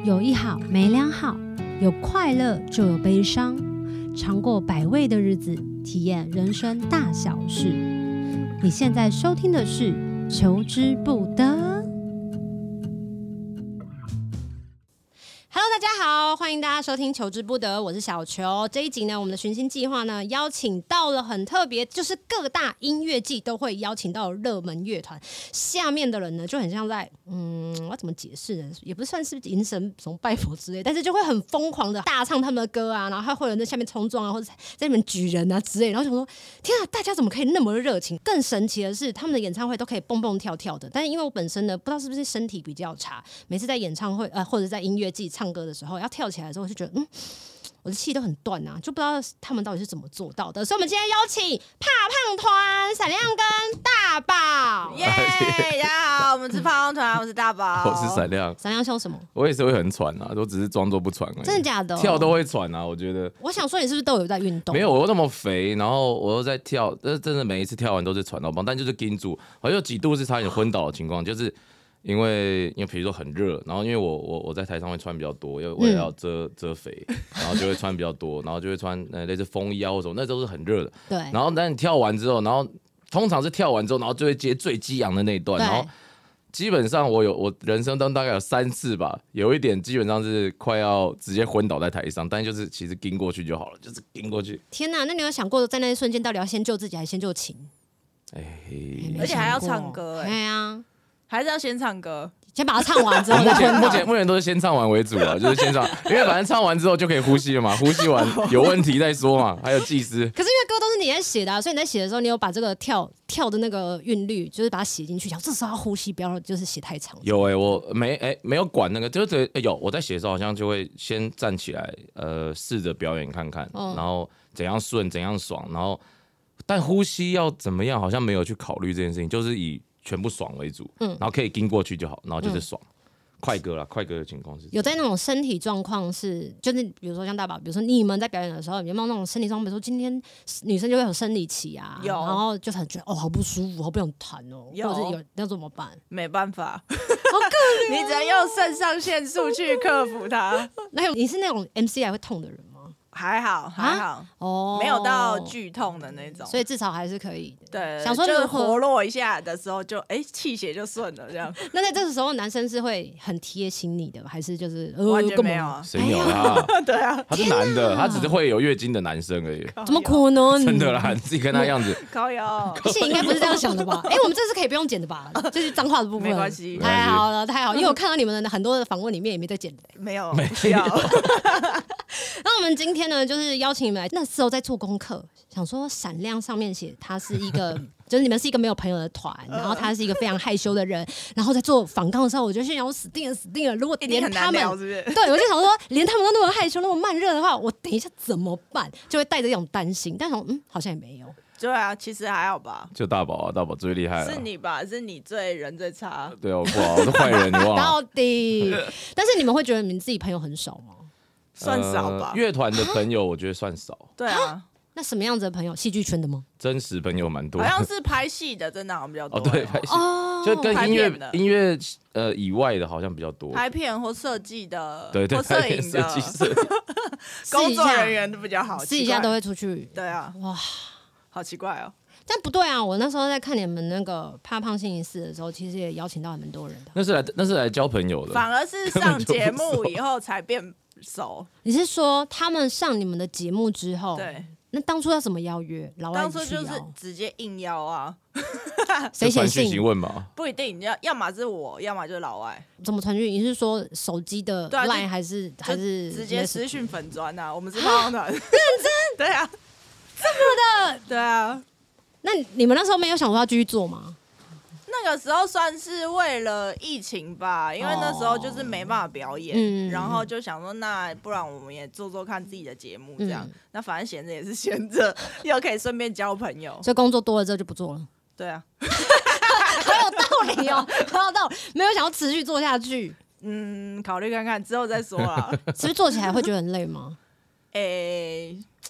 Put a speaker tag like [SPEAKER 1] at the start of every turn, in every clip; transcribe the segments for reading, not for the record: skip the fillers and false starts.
[SPEAKER 1] 有一好没两好，有快乐就有悲伤，尝过百味的日子，体验人生大小事。你现在收听的是求之不得。Hello， 大家好，欢迎大家收听求之不得，我是小球。这一集呢，我们的寻星计划呢，邀请到了很特别，就是各大音乐季都会邀请到热门乐团。下面的人呢，就很像在我要怎么解释呢？也不算是迎神什么拜佛之类，但是就会很疯狂的大唱他们的歌啊，然后还会有人在下面冲撞啊，或者在那边举人啊之类。然后想说，天啊，大家怎么可以那么热情？更神奇的是，他们的演唱会都可以蹦蹦跳跳的。但是因为我本身呢，不知道是不是身体比较差，每次在演唱会或者在音乐季唱歌的时候，要跳起来的时候，我就觉得我的气都很断啊，就不知道他们到底是怎么做到的。所以我们今天邀请怕胖团闪亮跟大宝，
[SPEAKER 2] 耶！大家好，我们是怕胖团，我是大宝，
[SPEAKER 3] 我是闪亮。
[SPEAKER 1] 闪亮笑什么？
[SPEAKER 3] 我也是会很喘啊，都只是装作不喘而已。
[SPEAKER 1] 真的假的？
[SPEAKER 3] 跳都会喘啊，我觉得。
[SPEAKER 1] 我想说，你是不是都有在运动？
[SPEAKER 3] 没有，我又那么肥，然后我又在跳，真的每一次跳完都是喘到爆，但就是盯住，好像有几度是差点昏倒的情况，就是因为比如说很热，然后因为我在台上会穿比较多，因为我也要遮肥，然后就会穿比较多，然后就会穿类似风衣啊或什么，那都是很热的。
[SPEAKER 1] 对。
[SPEAKER 3] 然后但你跳完之后，然后通常是跳完之后，然后就会接最激昂的那一段，然后基本上我人生中大概有3次吧，有一点基本上是快要直接昏倒在台上，但就是其实盯过去就好了，就是盯过去。
[SPEAKER 1] 天哪，那你有想过在那一瞬间到底要先救自己还是先救琴？
[SPEAKER 2] 而且还要唱歌
[SPEAKER 1] 对啊，
[SPEAKER 2] 还是要先唱歌，
[SPEAKER 1] 先把它唱完之后再昏倒。
[SPEAKER 3] 目前都是先唱完为主啊，就是先唱，因为反正唱完之后就可以呼吸了嘛，呼吸完有问题再说嘛，还有技师。
[SPEAKER 1] 可是因为歌都是你在写的，所以你在写的时候，你有把这个跳的那个韵律，就是把它写进去，想这时候要呼吸，不要就是写太长。
[SPEAKER 3] 有我没有管那个，就是有我在写的时候好像就会先站起来，试着表演看看，然后怎样顺怎样爽，然后但呼吸要怎么样，好像没有去考虑这件事情，就是以全部爽为主，然后可以跟过去就好，然后就是爽。快歌啦，快歌的情况是
[SPEAKER 1] 有在那种身体状况是，就是比如说像大宝，比如说你们在表演的时候，有没有那种身体状况？比如说今天女生就会有生理期啊，
[SPEAKER 2] 有，
[SPEAKER 1] 然后就很觉得好不舒服，好不想弹哦，或者是有要怎么办？
[SPEAKER 2] 没办法，
[SPEAKER 1] 好可怜，
[SPEAKER 2] 你只能用肾上腺素去克服它。
[SPEAKER 1] 那你是那种 MC 还会痛的人吗？
[SPEAKER 2] 还好哦，没有到剧痛的那种，
[SPEAKER 1] 所以至少还是可以的。
[SPEAKER 2] 对，
[SPEAKER 1] 想说
[SPEAKER 2] 就是活络一下的时候就气血就顺了这样。
[SPEAKER 1] 那在这个时候，男生是会很贴心你的，还是就是
[SPEAKER 2] 完全没有啊？
[SPEAKER 3] 谁有啊？
[SPEAKER 2] 对啊，
[SPEAKER 3] 他是男的，他只是会有月经的男生而已。
[SPEAKER 1] 怎么可能？
[SPEAKER 3] 真的啦，你自己看他样子。
[SPEAKER 2] 高瑶，
[SPEAKER 1] 其实应该不是这样想的吧？我们这次可以不用剪的吧？就是脏话的部分，
[SPEAKER 2] 没关系，
[SPEAKER 1] 太好了，太好，因为我看到你们的很多的访问里面也没在剪的，
[SPEAKER 2] 没有，不需要。
[SPEAKER 1] 那我们今天呢，就是邀请你们来，那时候在做功课，想说闪亮上面写他是一个，就是你们是一个没有朋友的团，然后他是一个非常害羞的人，然后在做访纲的时候，我就心想我死定了，如果连他们，
[SPEAKER 2] 是不是？
[SPEAKER 1] 对，我就想说连他们都那么害羞，那么慢热的话，我等一下怎么办？就会带着一种担心，但是好像也没有。
[SPEAKER 2] 对啊，其实还好吧。
[SPEAKER 3] 就大宝啊，大宝最厉害了。
[SPEAKER 2] 是你吧？是你人最差。
[SPEAKER 3] 对啊，我不好，我是坏人，你忘了？
[SPEAKER 1] 到底？但是你们会觉得你们自己朋友很少吗？
[SPEAKER 2] 算少吧。
[SPEAKER 3] 乐团的朋友我觉得算少。
[SPEAKER 2] 对啊。
[SPEAKER 1] 那什么样子的朋友？戏剧圈的吗？
[SPEAKER 3] 真实朋友蛮多，
[SPEAKER 2] 好像是拍戏的，真的好像比较多。
[SPEAKER 3] 对，拍戏就跟音乐以外的好像比较多，
[SPEAKER 2] 拍片或设计的，
[SPEAKER 3] 对，
[SPEAKER 2] 或摄影的，工作人员都比较好，
[SPEAKER 1] 私底下都会出去。
[SPEAKER 2] 对啊，哇，好奇怪哦。
[SPEAKER 1] 但不对啊！我那时候在看你们那个怕胖星期四的时候，其实也邀请到很多人的。
[SPEAKER 3] 那是来交朋友的，
[SPEAKER 2] 反而是上节目以后才变熟。
[SPEAKER 1] 你是说他们上你们的节目之后？
[SPEAKER 2] 对。
[SPEAKER 1] 那当初要怎么邀约？老外
[SPEAKER 2] 当初就是直接硬邀啊，
[SPEAKER 1] 谁写
[SPEAKER 3] 信问嘛？
[SPEAKER 2] 不一定，要么是我，要么就是老外。
[SPEAKER 1] 怎么传讯？你是说手机的 LINE 还是
[SPEAKER 2] 直接私讯粉专啊？我们是胖团，认
[SPEAKER 1] 真？
[SPEAKER 2] 对啊，
[SPEAKER 1] 这么的？
[SPEAKER 2] 对啊。
[SPEAKER 1] 那你们那时候没有想说要继续做吗？
[SPEAKER 2] 那个时候算是为了疫情吧，因为那时候就是没办法表演，然后就想说，那不然我们也做看自己的节目这样。那反正闲着也是闲着，又可以顺便交朋友。
[SPEAKER 1] 所以工作多了之后就不做了。
[SPEAKER 2] 对啊，
[SPEAKER 1] 好有道理哦，好有道理。没有想要持续做下去。
[SPEAKER 2] 考虑看看之后再说啦。
[SPEAKER 1] 其实做起来会觉得很累吗？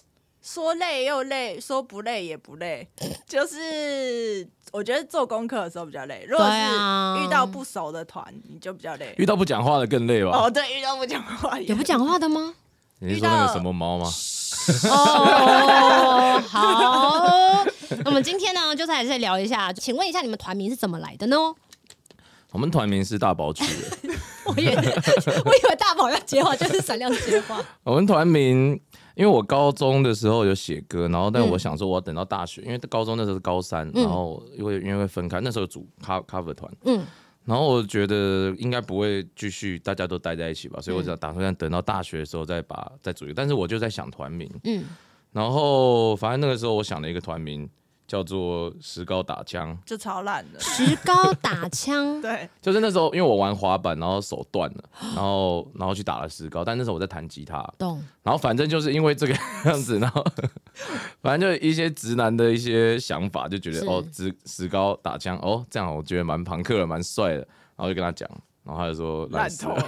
[SPEAKER 2] 说累又累，说不累也不累，就是我觉得做功课的时候比较累。如果是遇到不熟的团，你就比较累。
[SPEAKER 3] 遇到不讲话的更累吧？
[SPEAKER 2] 哦，对，遇到不讲话
[SPEAKER 1] 有不讲话的吗？
[SPEAKER 3] 你是说那个什么猫吗？
[SPEAKER 1] 哦，好，我们今天呢，就是还是聊一下，请问一下你们团名是怎么来的呢？
[SPEAKER 3] 我们团名是大宝取的。
[SPEAKER 1] 我以为大宝要接话，就是闪亮接话。
[SPEAKER 3] 我们团名，因为我高中的时候有写歌，然后但我想说我要等到大学，因为高中那时候是高3，然后因为会分开，那时候有组 cover 团，然后我觉得应该不会继续大家都待在一起吧，所以我只打算等到大学的时候再组一个，但是我就在想团名，然后反正那个时候我想了一个团名。叫做石膏打枪，
[SPEAKER 2] 就超烂的。
[SPEAKER 1] 石膏打枪，
[SPEAKER 2] 对，
[SPEAKER 3] 就是那时候因为我玩滑板，然后手断了，然后去打了石膏，但那时候我在弹吉他，
[SPEAKER 1] 懂。
[SPEAKER 3] 然后反正就是因为这个样子，然后反正就一些直男的一些想法，就觉得哦，石膏打枪哦，这样我觉得蛮朋克的，蛮帅的，然后就跟他讲。然后他就说烂透了，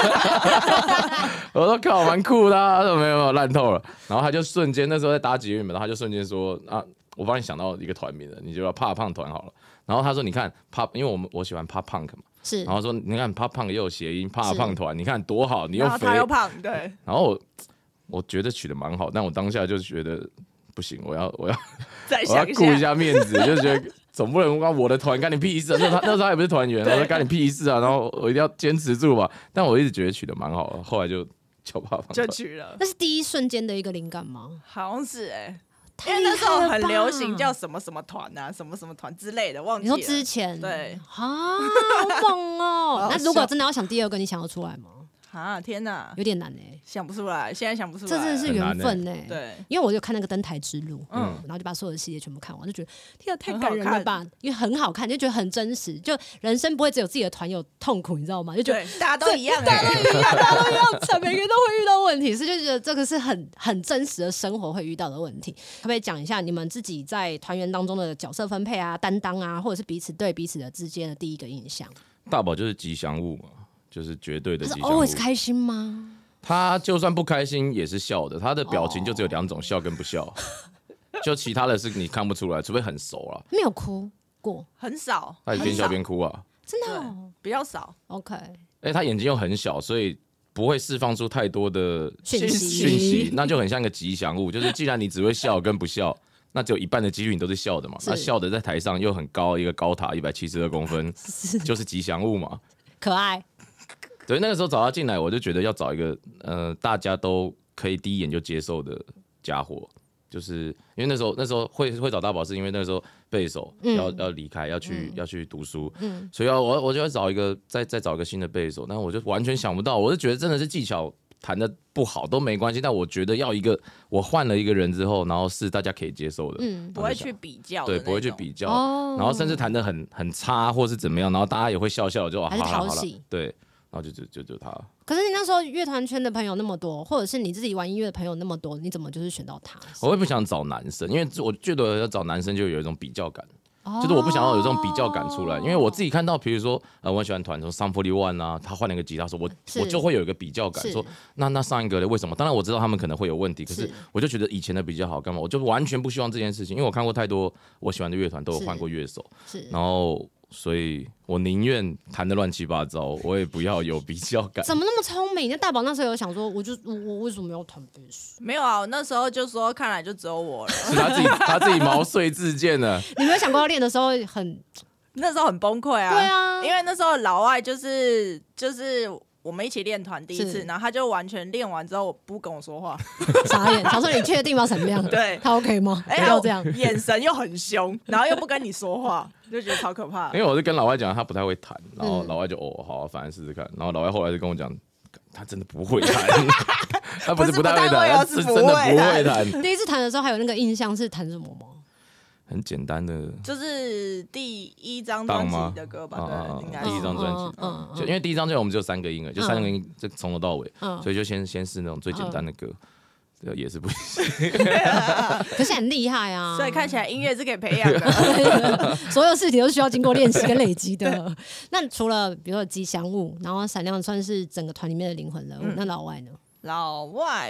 [SPEAKER 3] 我说靠，蛮酷的，他说没有烂透了。然后他就瞬间那时候在搭捷运嘛，然后他就瞬间说啊，我帮你想到一个团名了，你就要怕胖团好了。然后他说你看怕，因为我喜欢怕 punk 嘛，
[SPEAKER 1] 是。
[SPEAKER 3] 然后说你看怕胖又有谐音，怕胖团，你看多好，你又肥，
[SPEAKER 2] 他又胖，对。
[SPEAKER 3] 然后我觉得取得蛮好，但我当下就觉得不行，我要顾一下面子，就觉得。总不能我的团干你屁事啊！那时候他也不是团员，我说干你屁事啊！然后我一定要坚持住吧。但我一直觉得取得蛮好的，后来就叫怕胖
[SPEAKER 2] 就取了。
[SPEAKER 1] 那是第一瞬间的一个灵感吗？
[SPEAKER 2] 好像是因为那时候很流行叫什么什么团啊，什么什么团之类的，忘记了。
[SPEAKER 1] 你说之前
[SPEAKER 2] 对
[SPEAKER 1] 啊，好猛哦！那如果真的要想第二个，你想得出来吗？
[SPEAKER 2] 啊天哪，
[SPEAKER 1] 有点难
[SPEAKER 2] 想不出来，现在想不出来，
[SPEAKER 1] 这真的是缘分
[SPEAKER 2] 对，
[SPEAKER 1] 因为我就看那个登台之路，然后就把所有的系列全部看完，就觉得天啊，太感人了吧！因为很好看，就觉得很真实，就人生不会只有自己的团有痛苦，你知道吗？就觉得
[SPEAKER 2] 大家都一样，
[SPEAKER 1] 大家都一样，每个人都会遇到问题，所以就觉得这个是很真实的生活会遇到的问题。可不可以讲一下你们自己在团员当中的角色分配啊、担当啊，或者是彼此对彼此的之间的第一个印象？
[SPEAKER 3] 大宝就是吉祥物嘛。就是绝对的吉祥物。
[SPEAKER 1] always 开心吗？
[SPEAKER 3] 他就算不开心也是笑的，他的表情就只有2种，笑跟不笑。就其他的是你看不出来，除非很熟了。
[SPEAKER 1] 没有哭过，
[SPEAKER 2] 很少。
[SPEAKER 3] 他也边笑边哭啊，
[SPEAKER 1] 真的
[SPEAKER 2] 比较少。
[SPEAKER 1] OK，
[SPEAKER 3] 他眼睛又很小，所以不会释放出太多的
[SPEAKER 1] 讯
[SPEAKER 3] 息，那就很像一个吉祥物。就是既然你只会笑跟不笑，那只有一半的几率你都是笑的嘛。那笑的在台上又很高，一个高塔172公分，就是吉祥物嘛，
[SPEAKER 1] 可爱。
[SPEAKER 3] 对，那个时候找他进来，我就觉得要找一个大家都可以第一眼就接受的家伙，就是因为那时候会找大宝，是因为那个时候贝手要离开，要去读书，所以我就要找一个再找一个新的贝手，但我就完全想不到，我就觉得真的是技巧弹的不好都没关系，但我觉得要一个我换了一个人之后，然后是大家可以接受的，
[SPEAKER 2] 不会去比较，
[SPEAKER 3] 对，不会去比较，然后甚至弹的很差或是怎么样，然后大家也会笑笑就
[SPEAKER 1] 还是讨喜，
[SPEAKER 3] 对。然后就他。
[SPEAKER 1] 可是你那时候乐团圈的朋友那么多，或者是你自己玩音乐的朋友那么多，你怎么就是选到他？
[SPEAKER 3] 我会不想找男生，因为我觉得要找男生就有一种比较感，就是我不想要有这种比较感出来。因为我自己看到，比如说我很喜欢团，说Sum 41啊，他换了一个吉他手，我就会有一个比较感，说那上一个的为什么？当然我知道他们可能会有问题，可是我就觉得以前的比较好，干嘛？我就完全不希望这件事情，因为我看过太多我喜欢的乐团都有换过乐手，然后。所以我宁愿弹得乱七八糟，我也不要有比较感。
[SPEAKER 1] 怎么那么聪明？那大宝那时候有想说，我为什么要弹贝斯？
[SPEAKER 2] 没有啊，我那时候就说，看来就只有我了。
[SPEAKER 3] 是他自己毛遂自荐的。
[SPEAKER 1] 你没有想过要练的时候
[SPEAKER 2] 那时候很崩溃啊。
[SPEAKER 1] 对啊，
[SPEAKER 2] 因为那时候老外就是我们一起练团第一次，然后他就完全练完之后不跟我说话，
[SPEAKER 1] 傻眼。想说你确定吗？闪亮？
[SPEAKER 2] 对，
[SPEAKER 1] 他 OK 吗？不要这样，
[SPEAKER 2] 眼神又很凶，然后又不跟你说话，就觉得超可怕。
[SPEAKER 3] 因为我是跟老外讲他不太会弹，然后老外就好，反正试试看。然后老外后来就跟我讲，他真的不会弹，他不是不太会弹，他是真的不会弹。
[SPEAKER 1] 第一次弹的时候还有那个印象是弹什么吗？
[SPEAKER 3] 很简单的，
[SPEAKER 2] 就是第一张专辑的歌吧，对，应该是
[SPEAKER 3] 第一张专辑。就因为第一张专辑我们只有3个音就3个音，就从头到尾，所以就先试那种最简单的歌，也是不行。
[SPEAKER 1] 可是很厉害啊，
[SPEAKER 2] 所以看起来音乐是可以培养的，
[SPEAKER 1] 所有事情都需要经过练习跟累积的。那除了比如说吉祥物，然后闪亮算是整个团里面的灵魂人物，那老外呢？
[SPEAKER 2] 老外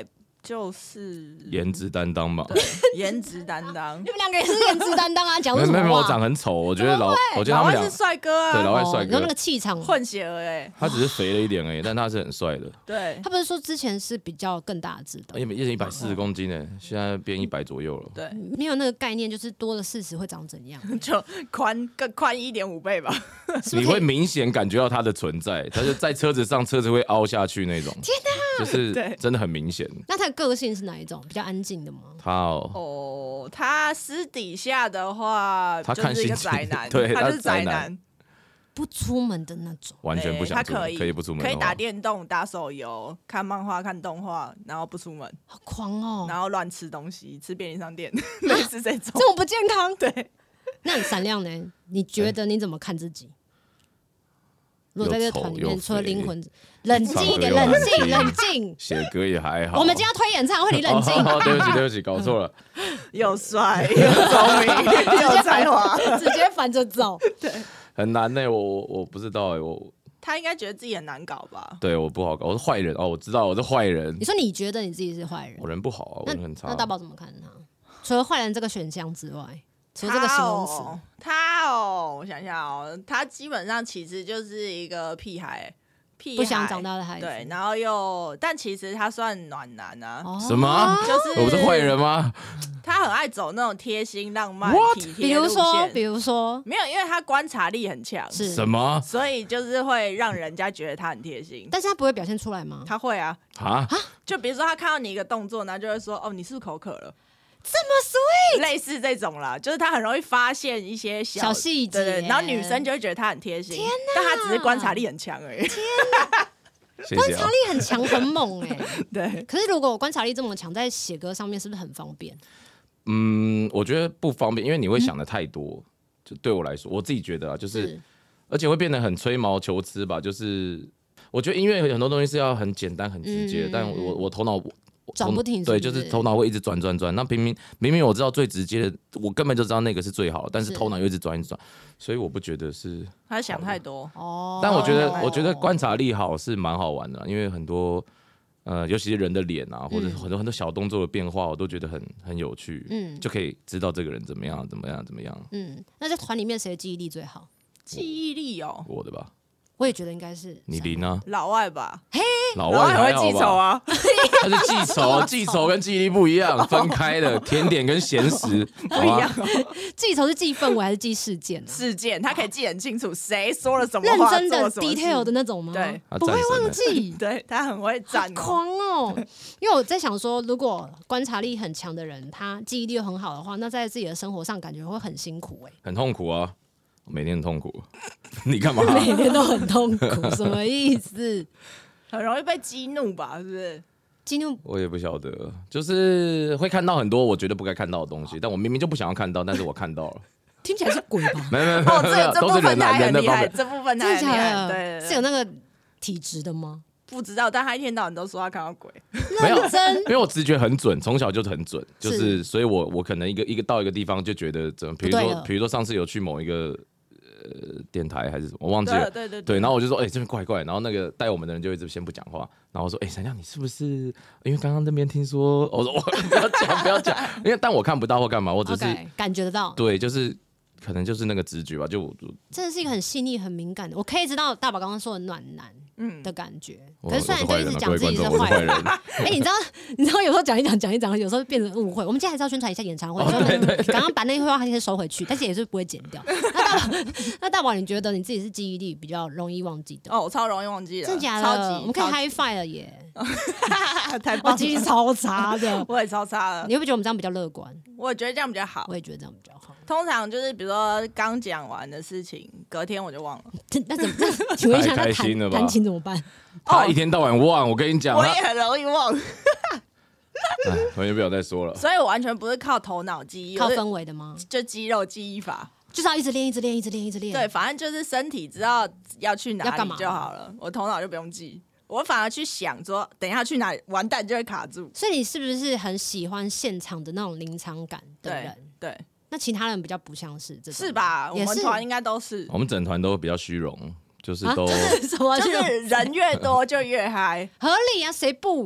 [SPEAKER 2] 就是
[SPEAKER 3] 颜值担当嘛。
[SPEAKER 2] 对，颜值担当。
[SPEAKER 1] 你们两个也是颜值担当啊，讲什么话？
[SPEAKER 3] 没有，我长很丑，我觉得我觉得他们俩
[SPEAKER 2] 老外是帅哥啊，
[SPEAKER 3] 对老外帅哥，
[SPEAKER 1] 有那个气场
[SPEAKER 2] 混血儿哎，
[SPEAKER 3] 他只是肥了一点而已，但他是很帅的。
[SPEAKER 2] 对，
[SPEAKER 1] 他不是说之前是比较更大只的，
[SPEAKER 3] 也140公斤呢，现在变100左右了。
[SPEAKER 2] 对，
[SPEAKER 1] 没有那个概念，就是多了40会长怎样？
[SPEAKER 2] 就宽1.5倍吧。
[SPEAKER 3] 你会明显感觉到他的存在，他就在车子上，车子会凹下去那种。天哪，就是真的很明显。
[SPEAKER 1] 那他的个性是哪一种？比较安静的吗？
[SPEAKER 2] 他私底下的话，
[SPEAKER 3] 他看
[SPEAKER 2] 就是一个宅男，
[SPEAKER 3] 对，
[SPEAKER 2] 他是宅男，
[SPEAKER 1] 不出门的那种，
[SPEAKER 3] 完全不想出门。
[SPEAKER 2] 他可以
[SPEAKER 3] 不出门，
[SPEAKER 2] 可以打电动、打手游、看漫画、看动画，然后不出门，
[SPEAKER 1] 好狂哦！
[SPEAKER 2] 然后乱吃东西，吃便利商店，类似这种，
[SPEAKER 1] 这么不健康。
[SPEAKER 2] 对，
[SPEAKER 1] 那你闪亮呢？你觉得你怎么看自己？如果在这个团里面，除了灵魂，冷静一点，冷静，
[SPEAKER 3] 写歌也还好。
[SPEAKER 1] 我们今天要推演唱会，你冷静。
[SPEAKER 3] 对不起，搞错了。
[SPEAKER 2] 又帅又聪明又才华，
[SPEAKER 1] 直接反着走。
[SPEAKER 2] 对，
[SPEAKER 3] 很难呢，我不知道
[SPEAKER 2] 他应该觉得自己很难搞吧？
[SPEAKER 3] 对，我不好搞，我是坏人哦，我知道我是坏人。
[SPEAKER 1] 你说你觉得你自己是坏人？
[SPEAKER 3] 我人不好啊，我人很差。
[SPEAKER 1] 那大宝怎么看他？除了坏人这个选项之外，除了这个形容词，
[SPEAKER 2] 我想想他基本上其实就是一个屁孩，
[SPEAKER 1] 不想长大的孩子。
[SPEAKER 2] 对，然后但其实他算暖男啊。
[SPEAKER 3] 什么？
[SPEAKER 2] 就是
[SPEAKER 3] 我是坏人吗？
[SPEAKER 2] 他很爱走那种贴心、浪漫、体贴路
[SPEAKER 1] 线。比如说，
[SPEAKER 2] 没有，因为他观察力很强。
[SPEAKER 1] 是
[SPEAKER 3] 什么？
[SPEAKER 2] 所以就是会让人家觉得他很贴心。
[SPEAKER 1] 但是他不会表现出来吗？
[SPEAKER 2] 他会啊。
[SPEAKER 3] 啊？
[SPEAKER 2] 就比如说他看到你一个动作，然后就会说：“哦，你是不是口渴了？”
[SPEAKER 1] 这么
[SPEAKER 2] sweet， 类似这种啦，就是他很容易发现一些小
[SPEAKER 1] 细节，
[SPEAKER 2] 对，然后女生就会觉得他很贴心，但他只是观察力很强而已。
[SPEAKER 1] 天哪，观察力很强，很猛哎。
[SPEAKER 2] 对，
[SPEAKER 1] 可是如果我观察力这么强，在写歌上面是不是很方便？
[SPEAKER 3] 我觉得不方便，因为你会想的太多。就对我来说，我自己觉得啊，就是而且会变得很吹毛求疵吧。就是我觉得音乐有很多东西是要很简单、很直接，但我头脑。
[SPEAKER 1] 转不停，
[SPEAKER 3] 对，就是头脑会一直转。那明明我知道最直接的，我根本就知道那个是最好的，但是头脑又一直转，所以我不觉得是
[SPEAKER 2] 他想太多
[SPEAKER 1] 哦。
[SPEAKER 3] 但我觉得观察力好是蛮好玩的，因为很多尤其是人的脸啊，或者很多小动作的变化，我都觉得很有趣，就可以知道这个人怎么样。
[SPEAKER 1] 那在团里面谁的记忆力最好？
[SPEAKER 2] 记忆力哦，
[SPEAKER 3] 我的吧。
[SPEAKER 1] 我也觉得应该是
[SPEAKER 3] 你零啊，
[SPEAKER 2] 老外吧？
[SPEAKER 1] 嘿，
[SPEAKER 3] 老外
[SPEAKER 2] 很会记仇啊，
[SPEAKER 3] 他是记仇跟记忆力不一样，分开的，甜点跟咸食
[SPEAKER 2] 不一样。
[SPEAKER 1] 记仇是记氛围还是记事件？
[SPEAKER 2] 事件，他可以记很清楚，谁说了什么话，
[SPEAKER 1] 认真的 detail 的那种吗？
[SPEAKER 2] 对，
[SPEAKER 1] 不会忘记。
[SPEAKER 2] 对他很会站，
[SPEAKER 1] 狂哦！因为我在想说，如果观察力很强的人，他记忆力又很好的话，那在自己的生活上感觉会很辛苦
[SPEAKER 3] 很痛苦啊。每天很痛苦，你干嘛？
[SPEAKER 1] 每天都很痛苦，什么意思？
[SPEAKER 2] 很容易被激怒吧？是不是？
[SPEAKER 1] 激怒
[SPEAKER 3] 我也不晓得，就是会看到很多我觉得不该看到的东西，但我明明就不想要看到，但是我看到了。
[SPEAKER 1] 听起来是鬼吧？
[SPEAKER 3] 没有，
[SPEAKER 2] 这部分他很厉害，这部分他很厉害，
[SPEAKER 1] 对，是有那个体质的吗？
[SPEAKER 2] 不知道，但他一天到晚都说他看到鬼，
[SPEAKER 3] 没有，因为我直觉很准，从小就很准，就是所以我可能一个到一个地方就觉得怎么，比如说上次有去某一个。电台还是什么，我忘记了。对，然后我就说，这边怪怪。然后那个带我们的人就一直先不讲话。然后我说，闪亮，你是不是因为刚刚那边听说？我说不要讲，因为但我看不到或干嘛，我只是
[SPEAKER 1] 感觉得到。
[SPEAKER 3] 对，就是可能就是那个直觉吧，就
[SPEAKER 1] 真的是一个很细腻、很敏感的。我可以知道大宝刚刚说的暖男的感觉。可是虽然就一直讲自己是坏人，你知道有时候讲一讲，有时候变成误会。我们今天还是要宣传一下演唱会，刚刚把那句话先收回去，但是也是不会剪掉。那大宝，你觉得你自己是记忆力比较容易忘记的？
[SPEAKER 2] 哦，我超容易忘记的，
[SPEAKER 1] 真的假的？
[SPEAKER 2] 超级，
[SPEAKER 1] 我们可以 high five 了耶！
[SPEAKER 2] 太棒了，
[SPEAKER 1] 我记忆超差的，
[SPEAKER 2] 我也超差的。
[SPEAKER 1] 你会不会觉得我们这样比较乐观？
[SPEAKER 2] 我也觉得这样比较好。
[SPEAKER 1] 我也觉得这样比较好。
[SPEAKER 2] 通常就是比如说刚讲完的事情，隔天我就忘了。
[SPEAKER 1] 那怎么？请问一下，
[SPEAKER 3] 太开心了吧？
[SPEAKER 1] 弹琴怎么办？
[SPEAKER 3] 他一天到晚忘，我跟你讲，
[SPEAKER 2] 我也很容易忘。
[SPEAKER 3] 完全不要再说了。
[SPEAKER 2] 所以我完全不是靠头脑记忆，
[SPEAKER 1] 靠氛围的吗？
[SPEAKER 2] 就肌肉记忆法，
[SPEAKER 1] 就是要一直练。
[SPEAKER 2] 对，反正就是身体知道要去哪里就好了，我头脑就不用记。我反而去想说，等一下去哪里，完蛋就会卡住。
[SPEAKER 1] 所以你是不是很喜欢现场的那种临场感的人？
[SPEAKER 2] 对。
[SPEAKER 1] 那其他人比较不像是这种，
[SPEAKER 2] 是吧？我们团应该都是，
[SPEAKER 3] 我们整团都比较虚荣，就是都
[SPEAKER 2] 就是人越多就越嗨，
[SPEAKER 1] 合理啊，谁不？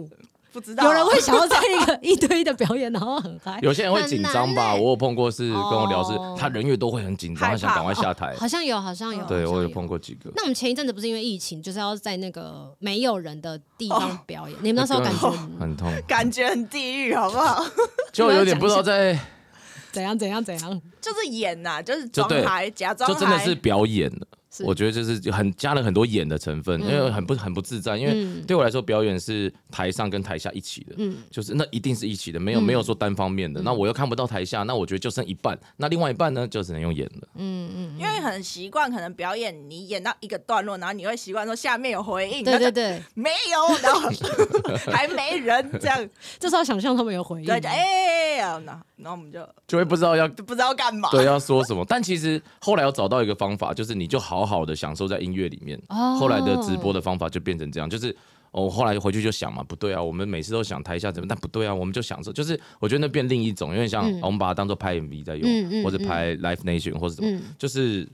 [SPEAKER 2] 不知道
[SPEAKER 1] 有人会想要在一堆的表演，然后很嗨。
[SPEAKER 3] 有些人会紧张吧，我有碰过是跟我聊是，他人越多会很紧张，他想赶快下台。
[SPEAKER 1] 好像有。
[SPEAKER 3] 对，我有碰过几个。
[SPEAKER 1] 那我们前一阵子不是因为疫情，就是要在那个没有人的地方表演，你们那时候感觉
[SPEAKER 3] 很痛，
[SPEAKER 2] 感觉很地狱，好不好？
[SPEAKER 3] 就有点不知道在
[SPEAKER 1] 怎样，
[SPEAKER 2] 就是演呐，就是装嗨，假装嗨，
[SPEAKER 3] 就真的是表演了。我觉得就是加了很多演的成分，因为很不自在。因为对我来说，表演是台上跟台下一起的，就是那一定是一起的，没有说单方面的。那我又看不到台下，那我觉得就剩一半，那另外一半呢就只能用演了。
[SPEAKER 2] 因为很习惯，可能表演你演到一个段落，然后你会习惯说下面有回应，
[SPEAKER 1] 对，
[SPEAKER 2] 没有，然后还没人这样，
[SPEAKER 1] 这时候想象他们有回应，
[SPEAKER 2] 对，然后我们就
[SPEAKER 3] 会不知道
[SPEAKER 2] 干嘛，
[SPEAKER 3] 对，要说什么。但其实后来有找到一个方法，就是你就好好的享受在音乐里面。后来的直播的方法就变成这样，就是后来回去就想嘛，不对啊，我们每次都想台下怎么，但不对啊，我们就享受，就是我觉得那变另一种，有点像我们把它当做拍 MV 在用，或者拍 Live Nation 或者什么，就是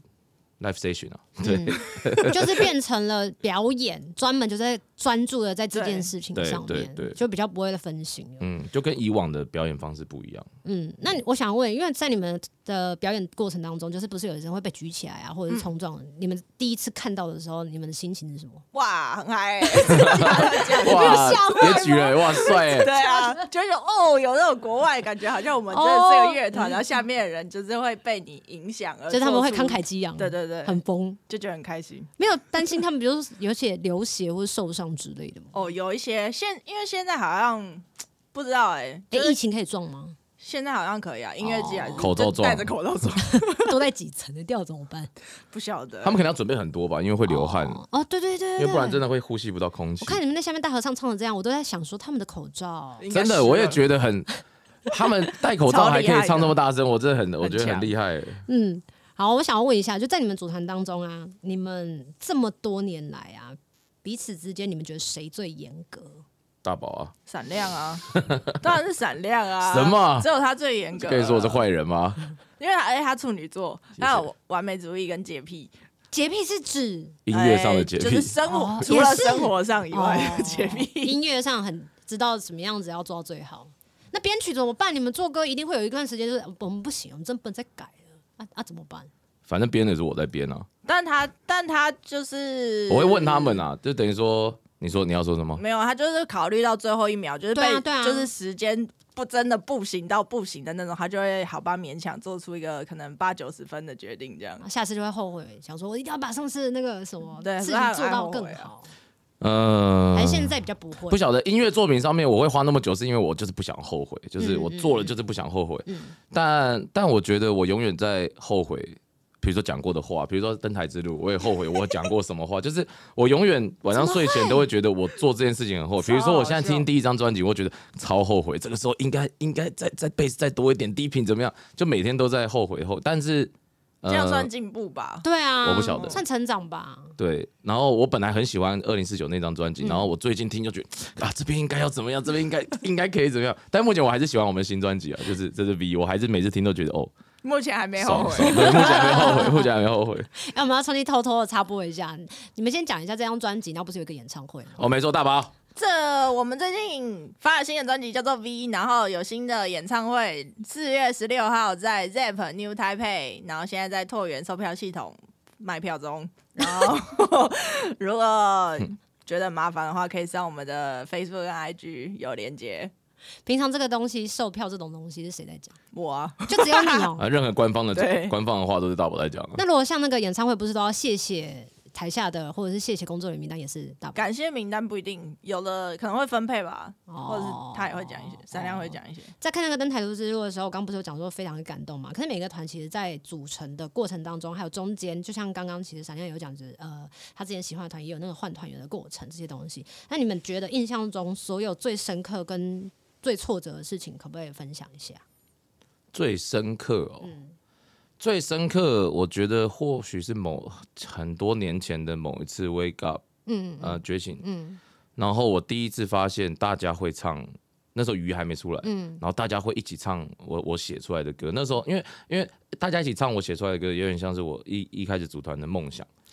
[SPEAKER 3] Live Station 啊，对，
[SPEAKER 1] 就是变成了表演，专门就在专注的在这件事情上面，
[SPEAKER 3] 对，
[SPEAKER 1] 就比较不会分心了。
[SPEAKER 3] 就跟以往的表演方式不一样。
[SPEAKER 1] 那我想问，因为在你们的表演过程当中，就是不是有人会被举起来啊，或者是冲撞？你们第一次看到的时候，你们的心情是什么？
[SPEAKER 2] 哇，很嗨！
[SPEAKER 3] 哇，别举了，哇，帅！
[SPEAKER 2] 对啊，就是有那种国外感觉，好像我们真的是个乐团，然后下面的人就是会被你影响，
[SPEAKER 1] 就是他们会慷慨激昂，
[SPEAKER 2] 对，
[SPEAKER 1] 很疯，
[SPEAKER 2] 就觉得很开心。
[SPEAKER 1] 没有担心他们，比如说有些流血或者受伤之类的吗？
[SPEAKER 2] 有一些因为现在好像不知道
[SPEAKER 1] 疫情可以撞吗？
[SPEAKER 2] 现在好像可以啊，音乐季还是
[SPEAKER 3] 口罩撞，
[SPEAKER 2] 戴着口罩撞，
[SPEAKER 1] 都在几层的掉怎么办？
[SPEAKER 2] 不晓得，
[SPEAKER 3] 他们可能要准备很多吧，因为会流汗。
[SPEAKER 1] 对，
[SPEAKER 3] 因为不然真的会呼吸不到空气。
[SPEAKER 1] 我看你们在下面大合唱唱的这样，我都在想说他们的口罩，
[SPEAKER 3] 真的我也觉得很，他们戴口罩还可以唱这么大声，我真的我觉得很厉害。
[SPEAKER 1] 好，我想要问一下，就在你们组团当中啊，你们这么多年来啊，彼此之间你们觉得谁最严格？
[SPEAKER 3] 大宝啊，
[SPEAKER 2] 闪亮啊，当然是闪亮啊！
[SPEAKER 3] 什么？
[SPEAKER 2] 只有他最严格。
[SPEAKER 3] 可以说我是坏人吗？
[SPEAKER 2] 因为他处女座，他有完美主义跟洁癖。
[SPEAKER 1] 洁癖是指
[SPEAKER 3] 音乐上的洁癖，
[SPEAKER 2] 就是生活除了生活上以外的洁癖。
[SPEAKER 1] 音乐上很知道什么样子要做到最好。那编曲怎么办？你们做歌一定会有一段时间，就是我们不行，我们真不能再改了怎么办？
[SPEAKER 3] 反正编的是我在编啊。
[SPEAKER 2] 但他就是
[SPEAKER 3] 我会问他们啊，就等于说。你要说什么？
[SPEAKER 2] 没有，他就是考虑到最后一秒，就是就是时间真的不行到不行的那种，他就会好吧勉强做出一个可能80-90分的决定，这样
[SPEAKER 1] 下次就会后悔，想说我一定要把上次那个什么事情做到更好。
[SPEAKER 3] 还
[SPEAKER 1] 是现在比较不会。
[SPEAKER 3] 不晓得音乐作品上面我会花那么久，是因为我就是不想后悔，就是我做了就是不想后悔。但我觉得我永远在后悔。比如说讲过的话，比如说登台之路，我也后悔我讲过什么话，就是我永远晚上睡前都会觉得我做这件事情很后悔。比如说我现在听第一张专辑，我觉得超后悔，这个时候应该再贝斯再多一点，低频怎么样？就每天都在后悔但是
[SPEAKER 2] 这样算进步吧？
[SPEAKER 1] 对啊，
[SPEAKER 3] 我不晓得，
[SPEAKER 1] 算成长吧。
[SPEAKER 3] 对，然后我本来很喜欢2049那张专辑，然后我最近听就觉得这边应该要怎么样，这边应该可以怎么样。但目前我还是喜欢我们新专辑啊，就是这是 V， 我还是每次听都觉得
[SPEAKER 2] 目前还没后悔，
[SPEAKER 3] 对，目前还没后悔，目前还没后悔。
[SPEAKER 1] 我们要重新偷偷的插播一下，你们先讲一下这张专辑，然后不是有一个演唱会
[SPEAKER 3] 没错，大宝。
[SPEAKER 2] 我们最近发了新的专辑叫做 V， 然后有新的演唱会，4月16号在 ZEP New Taipei， 然后现在在拓元售票系统卖票中，然后如果觉得麻烦的话，可以上我们的 Facebook 跟 IG 有连结。
[SPEAKER 1] 平常这个东西售票这种东西是谁在讲？
[SPEAKER 2] 我啊，
[SPEAKER 1] 就只有你
[SPEAKER 3] 任何官方的话都是大宝在讲。
[SPEAKER 1] 那如果像那个演唱会，不是都要谢谢台下的，或者是谢谢工作人员名单，也是大宝？
[SPEAKER 2] 感谢名单不一定，有的可能会分配吧，或者是他也会讲一些，闪亮会讲一些。
[SPEAKER 1] 在看那个登台之路的时候，我刚不是有讲说非常的感动嘛？可是每个团其实在组成的过程当中，还有中间，就像刚刚其实闪亮有讲，他之前喜欢的团也有那个换团员的过程，这些东西。那你们觉得印象中所有最深刻跟最挫折的事情，可不可以分享一下？
[SPEAKER 3] 最深刻最深刻，我觉得或许是很多年前的某一次 wake up， 觉醒，然后我第一次发现大家会唱，那时候鱼还没出来，然后大家会一起唱我写出来的歌。那时候因为大家一起唱我写出来的歌，有点像是我一开始组团的梦想。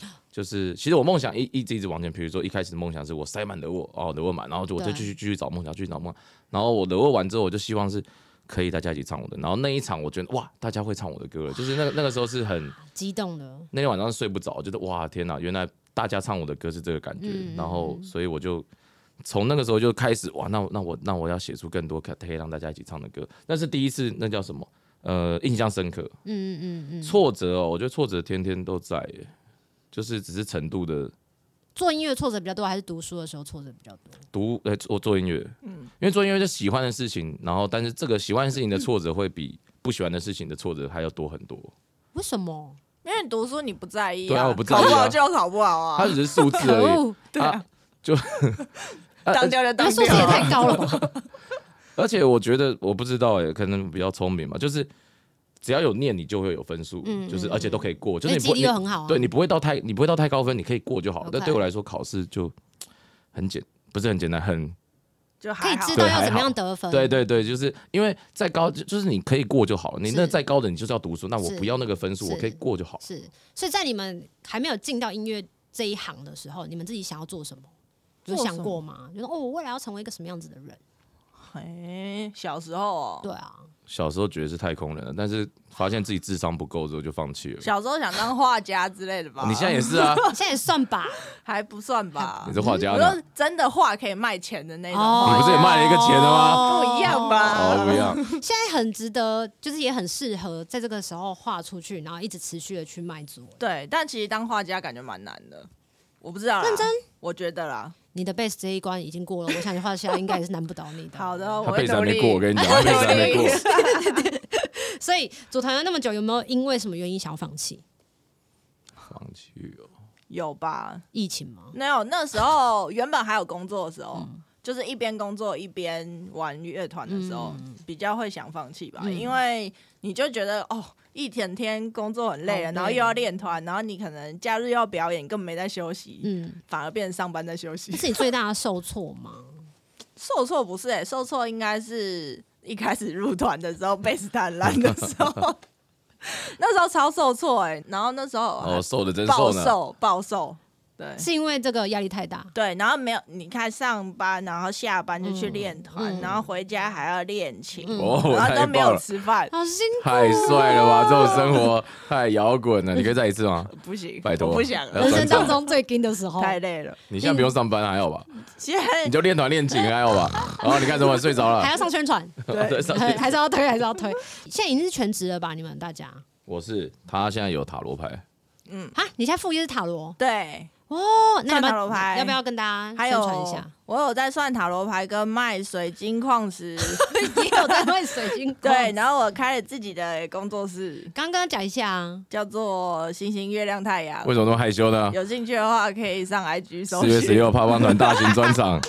[SPEAKER 3] 就是其实我梦想一直往前，比如说一开始的梦想是我塞满了我满，然后我就继续找梦想，继续找梦想，然后我的我完之后，我就希望是可以大家一起唱我的，然后那一场我觉得哇，大家会唱我的歌了，就是那个时候是很
[SPEAKER 1] 激动的。
[SPEAKER 3] 那天晚上睡不着，觉得哇天哪，原来大家唱我的歌是这个感觉，然后所以我就从那个时候就开始哇，那我要写出更多可以让大家一起唱的歌，那是第一次，那叫什么？印象深刻。挫折我觉得挫折天天都在耶，就是只是程度的。
[SPEAKER 1] 做音乐挫折比较多，还是读书的时候挫折比较多？
[SPEAKER 3] 做音乐，因为做音乐是喜欢的事情，然后但是这个喜欢的事情的挫折会比不喜欢的事情的挫折还要多很多。
[SPEAKER 1] 为什么？
[SPEAKER 2] 因为你读书你不在意啊，
[SPEAKER 3] 对啊，我不在意啊，
[SPEAKER 2] 考不好就考不好啊，
[SPEAKER 3] 它只是数字而已。
[SPEAKER 2] 对啊，
[SPEAKER 3] 就
[SPEAKER 2] 当掉就当掉，
[SPEAKER 1] 数字也太高了吧？
[SPEAKER 3] 而且我觉得我不知道可能比较聪明嘛，就是只要有念你就会有分数，就是而且都可以过，就是你
[SPEAKER 1] 记忆力又很好啊。
[SPEAKER 3] 对你不会到太高分，你可以过就好了。但对我来说，考试就不是很简单，
[SPEAKER 2] 就
[SPEAKER 1] 可以知道要怎么样得分。
[SPEAKER 3] 对，就是因为再高，就是你可以过就好了。你那再高的，你就是要读书，那我不要那个分数，我可以过就好。
[SPEAKER 1] 是，所以在你们还没有进到音乐这一行的时候，你们自己想要做什么？有想过吗？就说我未来要成为一个什么样子的人？
[SPEAKER 2] 小时候
[SPEAKER 1] 对啊，
[SPEAKER 3] 小时候觉得是太空人了，但是发现自己智商不够之后就放弃了。
[SPEAKER 2] 小时候想当画家之类的吧？
[SPEAKER 3] 你现在也是啊？
[SPEAKER 1] 现在也算吧，
[SPEAKER 2] 还不算吧？
[SPEAKER 3] 你是画家
[SPEAKER 2] 我说真的画可以卖钱的那种。
[SPEAKER 3] 你不是也卖了一个钱的吗？
[SPEAKER 2] 不一样吧？
[SPEAKER 3] 不一样。
[SPEAKER 1] 现在很值得，就是也很适合在这个时候画出去，然后一直持续的去卖座。
[SPEAKER 2] 对，但其实当画家感觉蛮难的，我不知道啦。
[SPEAKER 1] 认真？
[SPEAKER 2] 我觉得啦。
[SPEAKER 1] 你的 bass 这一关已经过了，我想你画家应该也是难不倒你的。
[SPEAKER 2] 好的，
[SPEAKER 3] 他
[SPEAKER 2] 我会努力。
[SPEAKER 3] 贝斯还没过，我跟你讲，他贝斯还没过。
[SPEAKER 1] 所以组团了那么久，有没有因为什么原因想要放弃？
[SPEAKER 3] 放弃哦，
[SPEAKER 2] 有吧？
[SPEAKER 1] 疫情吗？
[SPEAKER 2] 没有，那时候原本还有工作的时候，就是一边工作一边玩乐团的时候，比较会想放弃吧，因为你就觉得一整天工作很累了，然后又要练团，然后你可能假日又要表演，根本没在休息，反而变成上班在休息。
[SPEAKER 1] 这是你最大的受挫吗？
[SPEAKER 2] 受挫不是受挫应该是一开始入团的时候贝斯弹烂的时候，那时候超受挫然后那时候
[SPEAKER 3] 受的真受呢，
[SPEAKER 2] 暴瘦。对，
[SPEAKER 1] 是因为这个压力太大。
[SPEAKER 2] 对，然后没有，你看上班，然后下班就去练团，然后回家还要练琴，然后都没有吃饭，
[SPEAKER 1] 好辛苦。
[SPEAKER 3] 太帅了吧！这种生活太摇滚了，你可以再一次吗？
[SPEAKER 2] 不行，
[SPEAKER 3] 拜托，
[SPEAKER 2] 我不想了。
[SPEAKER 1] 人生当中最紧的时候，
[SPEAKER 2] 太累了。
[SPEAKER 3] 你现在不用上班还好吧？
[SPEAKER 2] 现在
[SPEAKER 3] 你就练团练琴还好吧？然后你看怎么睡着了？
[SPEAKER 1] 还要上宣传，
[SPEAKER 2] 对，
[SPEAKER 1] 还是要推，还是要推。现在已经是全职了吧？你们大家？
[SPEAKER 3] 他现在有塔罗牌。
[SPEAKER 1] 你现在副业是塔罗？
[SPEAKER 2] 对。
[SPEAKER 1] 那
[SPEAKER 2] 塔罗牌
[SPEAKER 1] 要不要跟大家宣传一下？
[SPEAKER 2] 我有在算塔罗牌跟卖水晶矿石，
[SPEAKER 1] 也有在卖水晶矿。
[SPEAKER 2] 对，然后我开了自己的工作室，
[SPEAKER 1] 刚刚讲一下啊，
[SPEAKER 2] 叫做星星月亮太阳。
[SPEAKER 3] 为什么那么害羞呢？
[SPEAKER 2] 有兴趣的话可以上 IG 搜。
[SPEAKER 3] 4月16泡泡团大型专场。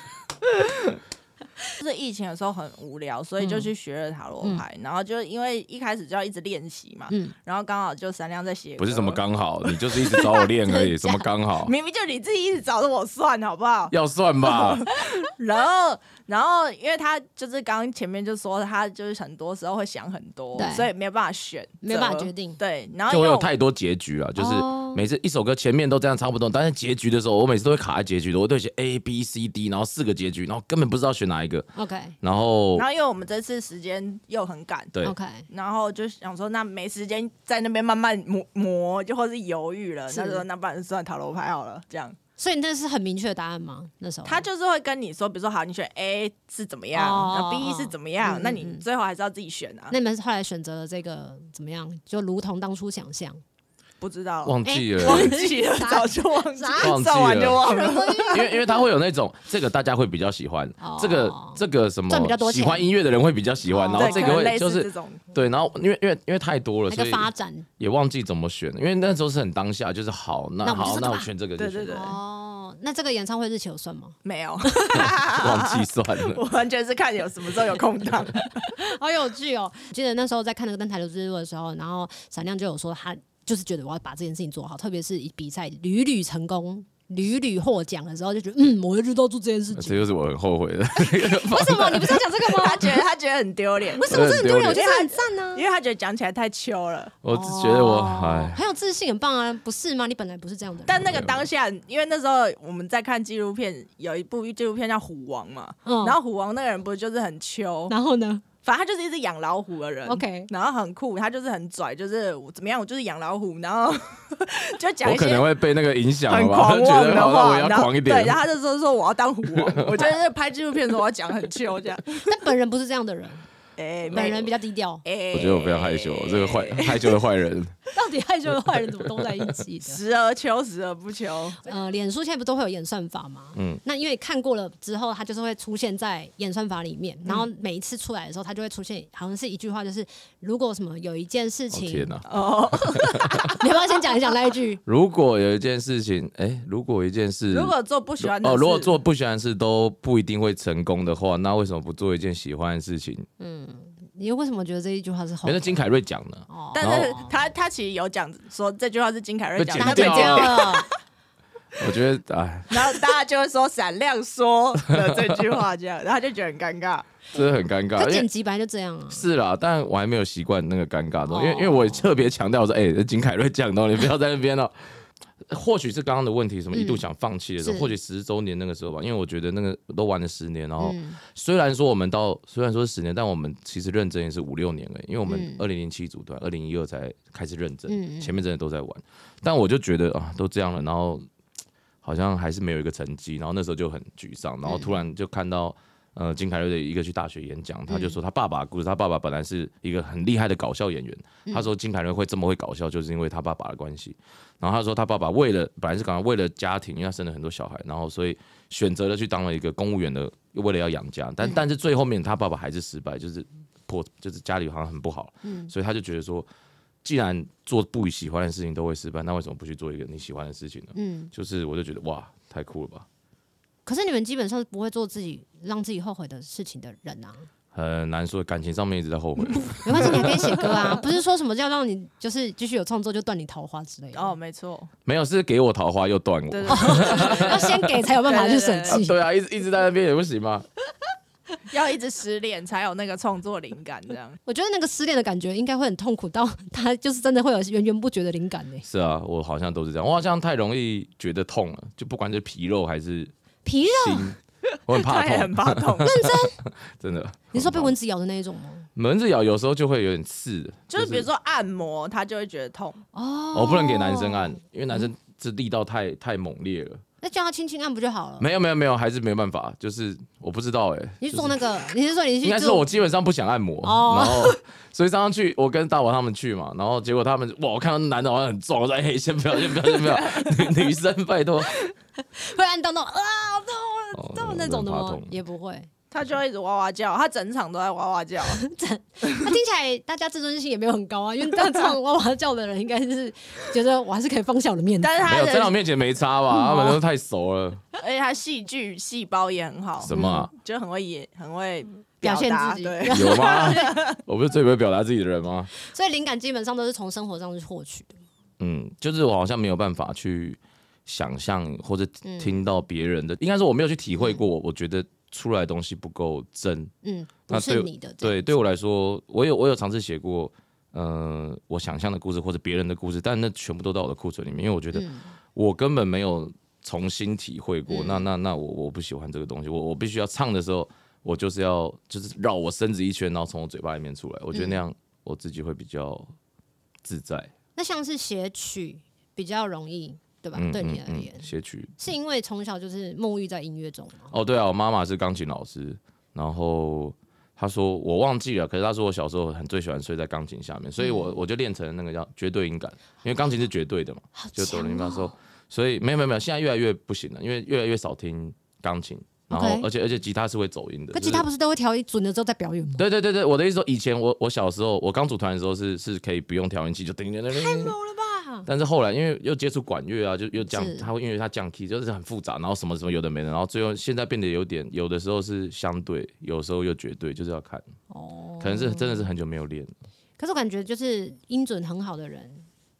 [SPEAKER 2] 就是疫情的时候很无聊，所以就去学了塔罗牌，然后就因为一开始就要一直练习嘛，然后刚好就闪亮在写歌，
[SPEAKER 3] 不是什么刚好，你就是一直找我练而已，什么刚好？
[SPEAKER 2] 明明就你自己一直找着我算，好不好？
[SPEAKER 3] 要算吧。
[SPEAKER 2] 然后因为他就是刚刚前面就说他就是很多时候会想很多，所以没有办法选，
[SPEAKER 1] 没有办法决定。
[SPEAKER 2] 对，然后
[SPEAKER 3] 就会有太多结局了，就是每次一首歌前面都这样差不多，但是结局的时候，我每次都会卡在结局的，我都会写 A B C D， 然后4个结局，然后根本不知道选哪一个。
[SPEAKER 1] OK。
[SPEAKER 3] 然后
[SPEAKER 2] 因为我们这次时间又很赶，
[SPEAKER 3] 对
[SPEAKER 1] ，OK。
[SPEAKER 2] 然后就想说，那没时间在那边慢慢磨，就或是犹豫了，那时候那不然算塔罗牌好了，这样。
[SPEAKER 1] 所以那是很明确的答案吗？那时候
[SPEAKER 2] 他就是会跟你说，比如说好，你选 A 是怎么样，然后 B 是怎么样，那你最后还是要自己选啊。
[SPEAKER 1] 那你们后来选择了这个怎么样？就如同当初想象。
[SPEAKER 2] 不知道了，
[SPEAKER 3] 忘记了，
[SPEAKER 2] 早就忘记
[SPEAKER 3] 了，
[SPEAKER 2] 算完就忘了。
[SPEAKER 3] 因为他会有那种这个大家会比较喜欢，这个什么喜欢音乐的人会比较喜欢，然后这个会就是对，然后因为太多了，所以
[SPEAKER 1] 发展
[SPEAKER 3] 也忘记怎么选，因为那时候是很当下，就是好，那我选这个就选。
[SPEAKER 2] 对。
[SPEAKER 1] 那这个演唱会日期有算吗？
[SPEAKER 2] 没有，
[SPEAKER 3] 忘记算了。
[SPEAKER 2] 我完全是看有什么时候有空档。
[SPEAKER 1] 好有趣哦！记得那时候在看那个登台流之路的时候，然后闪亮就有说他就是觉得我要把这件事情做好，特别是比赛屡屡成功， 屡屡获奖的时候，就觉得我就知道做这件事情。
[SPEAKER 3] 这就是我很后悔的。
[SPEAKER 1] 为什么？你不是要讲这个吗？
[SPEAKER 2] 他觉得很丢脸。
[SPEAKER 1] 为什么这很丢脸？我觉得很赞呢，
[SPEAKER 2] 因为他觉得讲起来太糗了。
[SPEAKER 3] 我只觉得我
[SPEAKER 1] 很有自信，很棒啊，不是吗？你本来不是这样的人。
[SPEAKER 2] 但那个当下，因为那时候我们在看纪录片，有一部纪录片叫《虎王》嘛，然后虎王那个人不是就是很糗，
[SPEAKER 1] 然后呢？
[SPEAKER 2] 反正他就是一只养老虎的人
[SPEAKER 1] ，OK，
[SPEAKER 2] 然后很酷，他就是很拽，就是我怎么样，我就是养老虎，然后就讲一些
[SPEAKER 3] 我可能会被那个影响
[SPEAKER 2] 很
[SPEAKER 3] 吧，
[SPEAKER 2] 狂妄的话，
[SPEAKER 3] 我要狂一点。
[SPEAKER 2] 对，然后他就说我要当虎王，我就是拍纪录片的时候我要讲很糗这样。
[SPEAKER 1] 但本人不是这样的人，本人比较低调。
[SPEAKER 3] 我觉得我非常害羞，这个害羞的坏人。
[SPEAKER 1] 到底害羞的坏人怎么都在一起的？
[SPEAKER 2] 时而秋，时而不秋。
[SPEAKER 1] 脸书现在不都会有演算法吗？那因为看过了之后，它就是会出现在演算法里面，然后每一次出来的时候，它就会出现，好像是一句话，就是如果什么有一件事情，
[SPEAKER 3] 天哪！
[SPEAKER 1] 你要不要先讲一讲那一句？
[SPEAKER 3] 如果有一件事情，如果
[SPEAKER 2] 做不喜欢的事，
[SPEAKER 3] 如果做不喜欢的事都不一定会成功的话，那为什么不做一件喜欢的事情？
[SPEAKER 1] 你为什么觉得这一句话是好？
[SPEAKER 3] 因为金凯瑞讲的，
[SPEAKER 2] 但是他其实有讲说这句话是金凯瑞讲的，
[SPEAKER 1] 他剪掉了。
[SPEAKER 3] 我觉得
[SPEAKER 2] 然后大家就会说闪亮说的这句话这样，然后他就觉得很尴尬，
[SPEAKER 3] 真的很尴尬。
[SPEAKER 1] 他剪辑本来就这样啊。
[SPEAKER 3] 是啦，但我还没有习惯那个尴尬的，因为我特别强调说，金凯瑞讲的，你不要在那边哦。或许是刚刚的问题，什么一度想放弃的时候，或许10周年那个时候吧，因为我觉得那个都玩了10年，然后虽然说是10年，但我们其实认真也是5、6年了，因为我们2007组团，2012才开始认真，前面真的都在玩，但我就觉得都这样了，然后好像还是没有一个成绩，然后那时候就很沮丧，然后突然就看到金凯瑞的一个去大学演讲，他就说他爸爸的故事，他爸爸本来是一个很厉害的搞笑演员，他说金凯瑞会这么会搞笑，就是因为他爸爸的关系。然后他说他爸爸本来是为了家庭，因为他生了很多小孩，然后所以选择了去当了一个公务员的，为了要养家，但是最后面他爸爸还是失败，就是家里好像很不好，所以他就觉得说，既然做不喜欢的事情都会失败，那为什么不去做一个你喜欢的事情呢？就是我就觉得哇，太酷了吧。
[SPEAKER 1] 可是你们基本上是不会做让自己后悔的事情的人啊。
[SPEAKER 3] 很难说，感情上面一直在后悔。
[SPEAKER 1] 没关系，你还可以写歌啊，不是说什么要让你就是继续有创作就断你桃花之类的。
[SPEAKER 2] 没错，
[SPEAKER 3] 没有是给我桃花又断我，
[SPEAKER 1] 要先给才有办法去舍弃。
[SPEAKER 3] 对啊，一直在那边也不行吗？
[SPEAKER 2] 要一直失恋才有那个创作灵感，这样。
[SPEAKER 1] 我觉得那个失恋的感觉应该会很痛苦到他就是真的会有源源不绝的灵感呢。
[SPEAKER 3] 是啊，我好像都是这样，我好像太容易觉得痛了，就不管是皮肉还是
[SPEAKER 1] 皮肉。
[SPEAKER 3] 我很怕痛，
[SPEAKER 2] 他也很怕痛，
[SPEAKER 1] 认真，
[SPEAKER 3] 真的。
[SPEAKER 1] 你说被蚊子咬的那一种吗？
[SPEAKER 3] 蚊子咬有时候就会有点刺，
[SPEAKER 2] 就是比如说按摩，他就会觉得痛。
[SPEAKER 3] 我不能给男生按，因为男生这力道太猛烈了。
[SPEAKER 1] 那叫他轻轻按不就好了？
[SPEAKER 3] 没有，还是没办法，就是我不知道
[SPEAKER 1] 你是做那个，你是说你去？
[SPEAKER 3] 应该是我基本上不想按摩，然后所以上去我跟大宝他们去嘛，然后结果他们我看到男的好像很壮，我说先不要，女生拜托。
[SPEAKER 1] 会按到那种痛那种的吗？也不会，
[SPEAKER 2] 他就会一直哇哇叫，他整场都在哇哇叫。
[SPEAKER 1] 他听起来大家自尊心也没有很高啊，因为这种哇哇叫的人应该是觉得我还是可以放下我的面子。
[SPEAKER 2] 但是他
[SPEAKER 3] 没有在我面前没差吧？他们都太熟了，
[SPEAKER 2] 而且他戏剧细胞也很好。
[SPEAKER 3] 什么？
[SPEAKER 2] 就很会
[SPEAKER 1] 表现自己。
[SPEAKER 2] 对，
[SPEAKER 3] 有吗？我不是最不会表达自己的人吗？
[SPEAKER 1] 所以灵感基本上都是从生活上去获取的。
[SPEAKER 3] 就是我好像没有办法去想象或者听到别人的，应该说我没有去体会过，我觉得出来的东西不够真。
[SPEAKER 1] 不是你的。
[SPEAKER 3] 对我来说，我有尝试写过，我想象的故事或者别人的故事，但那全部都到我的库存里面，因为我觉得我根本没有重新体会过。那我不喜欢这个东西，我必须要唱的时候，我就是绕我身子一圈，然后从我嘴巴里面出来。我觉得那样我自己会比较自在。
[SPEAKER 1] 那像是写曲比较容易，对吧？对你而言，
[SPEAKER 3] 写曲
[SPEAKER 1] 是因为从小就是沐浴在音乐中吗？
[SPEAKER 3] 对啊，我妈妈是钢琴老师，然后她说我忘记了，可是她说我小时候最喜欢睡在钢琴下面，所以我就练成那个叫绝对音感，因为钢琴是绝对的嘛，就哆来咪发嗦，所以没有，现在越来越不行了，因为越来越少听钢琴。然后，而且吉他是会走音的。
[SPEAKER 1] 可吉他不是都会调音准了之后再表演吗？
[SPEAKER 3] 对，我的意思说，以前我小时候，我刚组团的时候是可以不用调音器就叮，
[SPEAKER 1] 太猛了吧！
[SPEAKER 3] 但是后来因为又接触管乐啊，就又降，它会因为它降 key 就是很复杂，然后什么有的没的，然后最后现在变得有的时候是相对，有时候又绝对，就是要看。可能是真的是很久没有练。
[SPEAKER 1] 可是我感觉就是音准很好的人，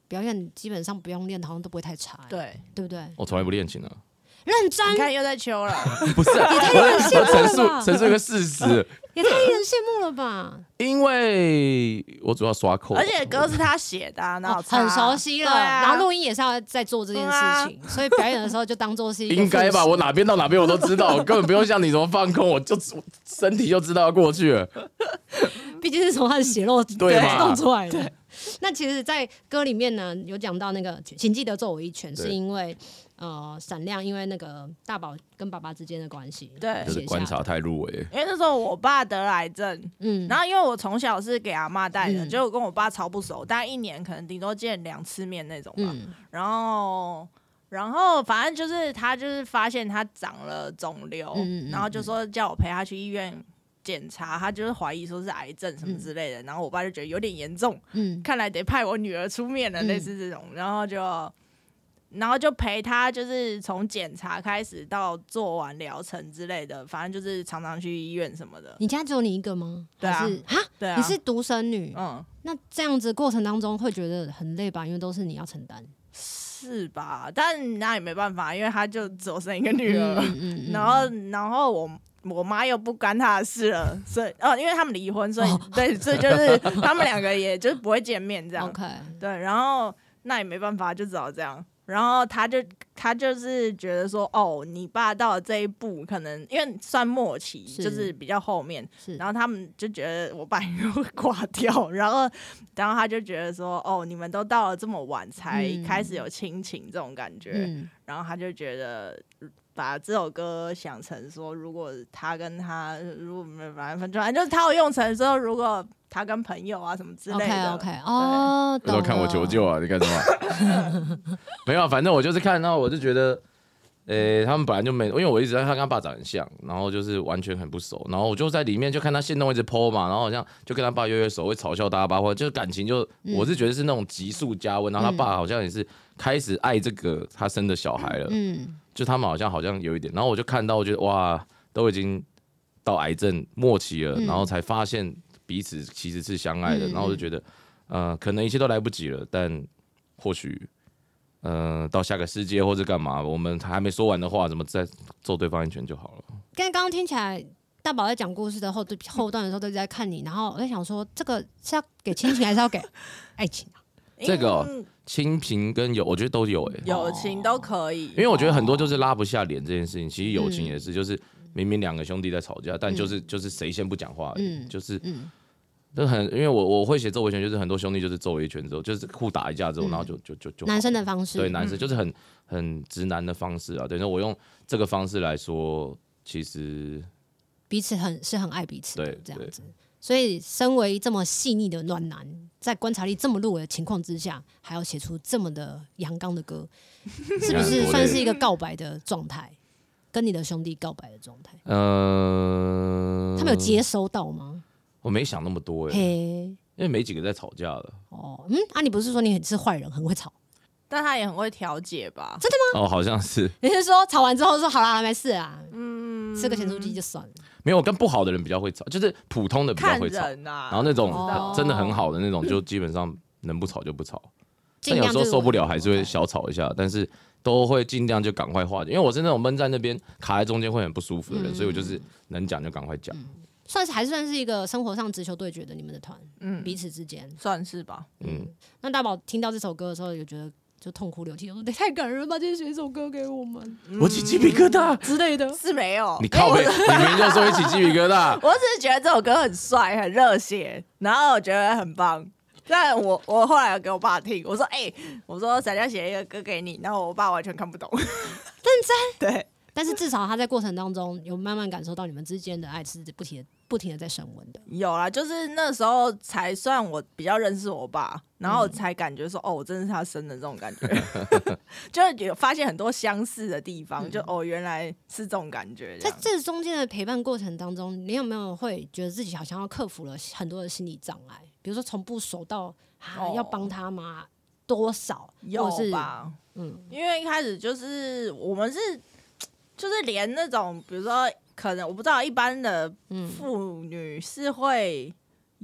[SPEAKER 1] 表演基本上不用练，好像都不会太差，
[SPEAKER 2] 对
[SPEAKER 1] 不对？
[SPEAKER 3] 我从来不练琴啊。
[SPEAKER 1] 认真，
[SPEAKER 2] 你看又在秋了，
[SPEAKER 3] 不是、啊，我陈述一个事实，
[SPEAKER 1] 也太令人羡慕了吧？
[SPEAKER 3] 因为我主要刷扣，
[SPEAKER 2] 而且歌是他写的、啊，然后
[SPEAKER 1] 很熟悉了，然后录音也是要在做这件事情，所以表演的时候就当做是一个
[SPEAKER 3] 应该吧？我哪边到哪边我都知道，我根本不用像你怎么放空，我身体就知道要过去了。
[SPEAKER 1] 毕竟是从他的血肉弄出来的。那其实，在歌里面呢，有讲到那个，请记得揍我一拳，是因为闪亮因为那个大宝跟爸爸之间的关系，
[SPEAKER 2] 对，
[SPEAKER 3] 就是观察太入微。
[SPEAKER 2] 因为那时候我爸得癌症，然后因为我从小是给阿嬷带的，结果跟我爸超不熟，大概1年可能顶多见2次面那种吧。然后反正就是他就是发现他长了肿瘤，然后就说叫我陪他去医院检查，他就是怀疑说是癌症什么之类的，然后我爸就觉得有点严重，看来得派我女儿出面了，类似这种，然后就陪他，就是从检查开始到做完疗程之类的，反正就是常常去医院什么的。
[SPEAKER 1] 你家只有你一个吗？
[SPEAKER 2] 对啊，
[SPEAKER 1] 对啊，你是独生女，
[SPEAKER 2] 那
[SPEAKER 1] 这样子过程当中会觉得很累吧？因为都是你要承担。
[SPEAKER 2] 是吧？但那也没办法，因为他就只有生一个女儿，然后我妈又不干他的事了，所以因为他们离婚，所以对，所以就是他们2个也就是不会见面这样。
[SPEAKER 1] OK，
[SPEAKER 2] 对，然后那也没办法，就只好这样。然后他就是觉得说，你爸到了这一步，可能因为算末期，就是比较后面，然后他们就觉得我爸又会挂掉，然后他就觉得说，你们都到了这么晚才开始有亲情这种感觉，然后他就觉得把这首歌想成说，如果他跟他如果反正就是他有用成说，如果他跟朋友啊什么之类的。
[SPEAKER 1] OK， 哦，
[SPEAKER 3] 都看我求救啊！你干什么？没有，反正我就是看到，我就觉得，他们本来就没，因为我一直在看跟他爸长很像，然后就是完全很不熟，然后我就在里面就看他线动一直 po 嘛，然后好像就跟他爸越熟，会嘲笑他爸，或者就是感情就，我是觉得是那种急速加温，然后他爸好像也是开始爱这个他生的小孩了，就他们好像有一点，然后我就看到，我觉得哇，都已经到癌症末期了，然后才发现彼此其实是相爱的，然后我就觉得，可能一切都来不及了，但或许，到下个世界或者干嘛，我们还没说完的话，怎么再揍对方一拳就好了。
[SPEAKER 1] 刚刚听起来，大宝在讲故事的后段的时候都在看你，然后我在想说，这个是要给亲情还是要给爱情啊？
[SPEAKER 3] 这个亲情跟我觉得都有
[SPEAKER 2] 友情都可以，因
[SPEAKER 3] 为我觉得很多就是拉不下脸这件事情，其实友情也是，就是明明2个兄弟在吵架，但就是谁先不讲话而已，就是因为我会写揍我一拳，就是很多兄弟就是揍我一拳之后，就是互打一架之后，然后就
[SPEAKER 1] 男生的方式，
[SPEAKER 3] 对，男生就是很直男的方式啊。等于说我用这个方式来说，其实
[SPEAKER 1] 彼此是很爱彼此的，
[SPEAKER 3] 对，
[SPEAKER 1] 这样子。所以，身为这么细腻的暖男，在观察力这么弱的情况之下，还要写出这么的阳刚的歌，是不是算是一个告白的状态？跟你的兄弟告白的状态？他们有接收到吗？
[SPEAKER 3] 我没想那么多因为没几个在吵架了。
[SPEAKER 1] 你不是说你是坏人，很会吵？
[SPEAKER 2] 但他也很会调解吧？
[SPEAKER 1] 真的吗？
[SPEAKER 3] 好像是。
[SPEAKER 1] 你是说吵完之后说好啦，没事啦，吃个咸酥鸡就算了？
[SPEAKER 3] 没有，我跟不好的人比较会吵，就是普通的比较会吵，然后那种真的很好的那种，就基本上能不吵就不吵。但有时候受不了还是会小吵一下，但是都会尽量就赶快化解。因为我是那种闷在那边卡在中间会很不舒服的人，所以我就是能讲就赶快讲。
[SPEAKER 1] 还算是一个生活上直球对决的你们的团，彼此之间
[SPEAKER 2] 算是吧。
[SPEAKER 1] 那大宝听到这首歌的时候，有觉得就痛哭流涕，说太感人了吧，今天写一首歌给我们，
[SPEAKER 3] 我起鸡皮疙瘩
[SPEAKER 1] 之类的。
[SPEAKER 2] 是没有，
[SPEAKER 3] 你靠北，你明明就说会起鸡皮疙瘩。
[SPEAKER 2] 我只是觉得这首歌很帅，很热血，然后我觉得很棒。但我后来有给我爸听，我说我说闪亮写一个歌给你，然后我爸完全看不懂。认
[SPEAKER 1] 真？
[SPEAKER 2] 对。
[SPEAKER 1] 但是至少他在过程当中有慢慢感受到你们之间的爱是不停的在升温的。
[SPEAKER 2] 有啦，就是那时候才算我比较认识我爸，然后才感觉说我真的是他生的这种感觉，就有发现很多相似的地方，就原来是这种感觉。
[SPEAKER 1] 在这中间的陪伴过程当中，你有没有会觉得自己好像要克服了很多的心理障碍？比如说从不熟到要帮他吗？多少
[SPEAKER 2] 有吧？因为一开始就是我们就是连那种比如说可能我不知道一般的妇女是会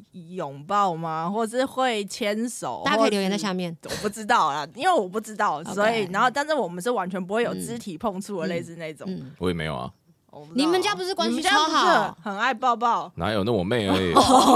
[SPEAKER 2] 拥抱吗？或是会牵手？
[SPEAKER 1] 大家可以留言在下面。
[SPEAKER 2] 我不知道啦，因为我不知道，所以但是我们是完全不会有肢体碰触的，类似那种。
[SPEAKER 3] 我也没有啊。
[SPEAKER 1] 你们家不是关系超好，
[SPEAKER 2] 很爱抱抱？
[SPEAKER 3] 哪有？那我妹而已。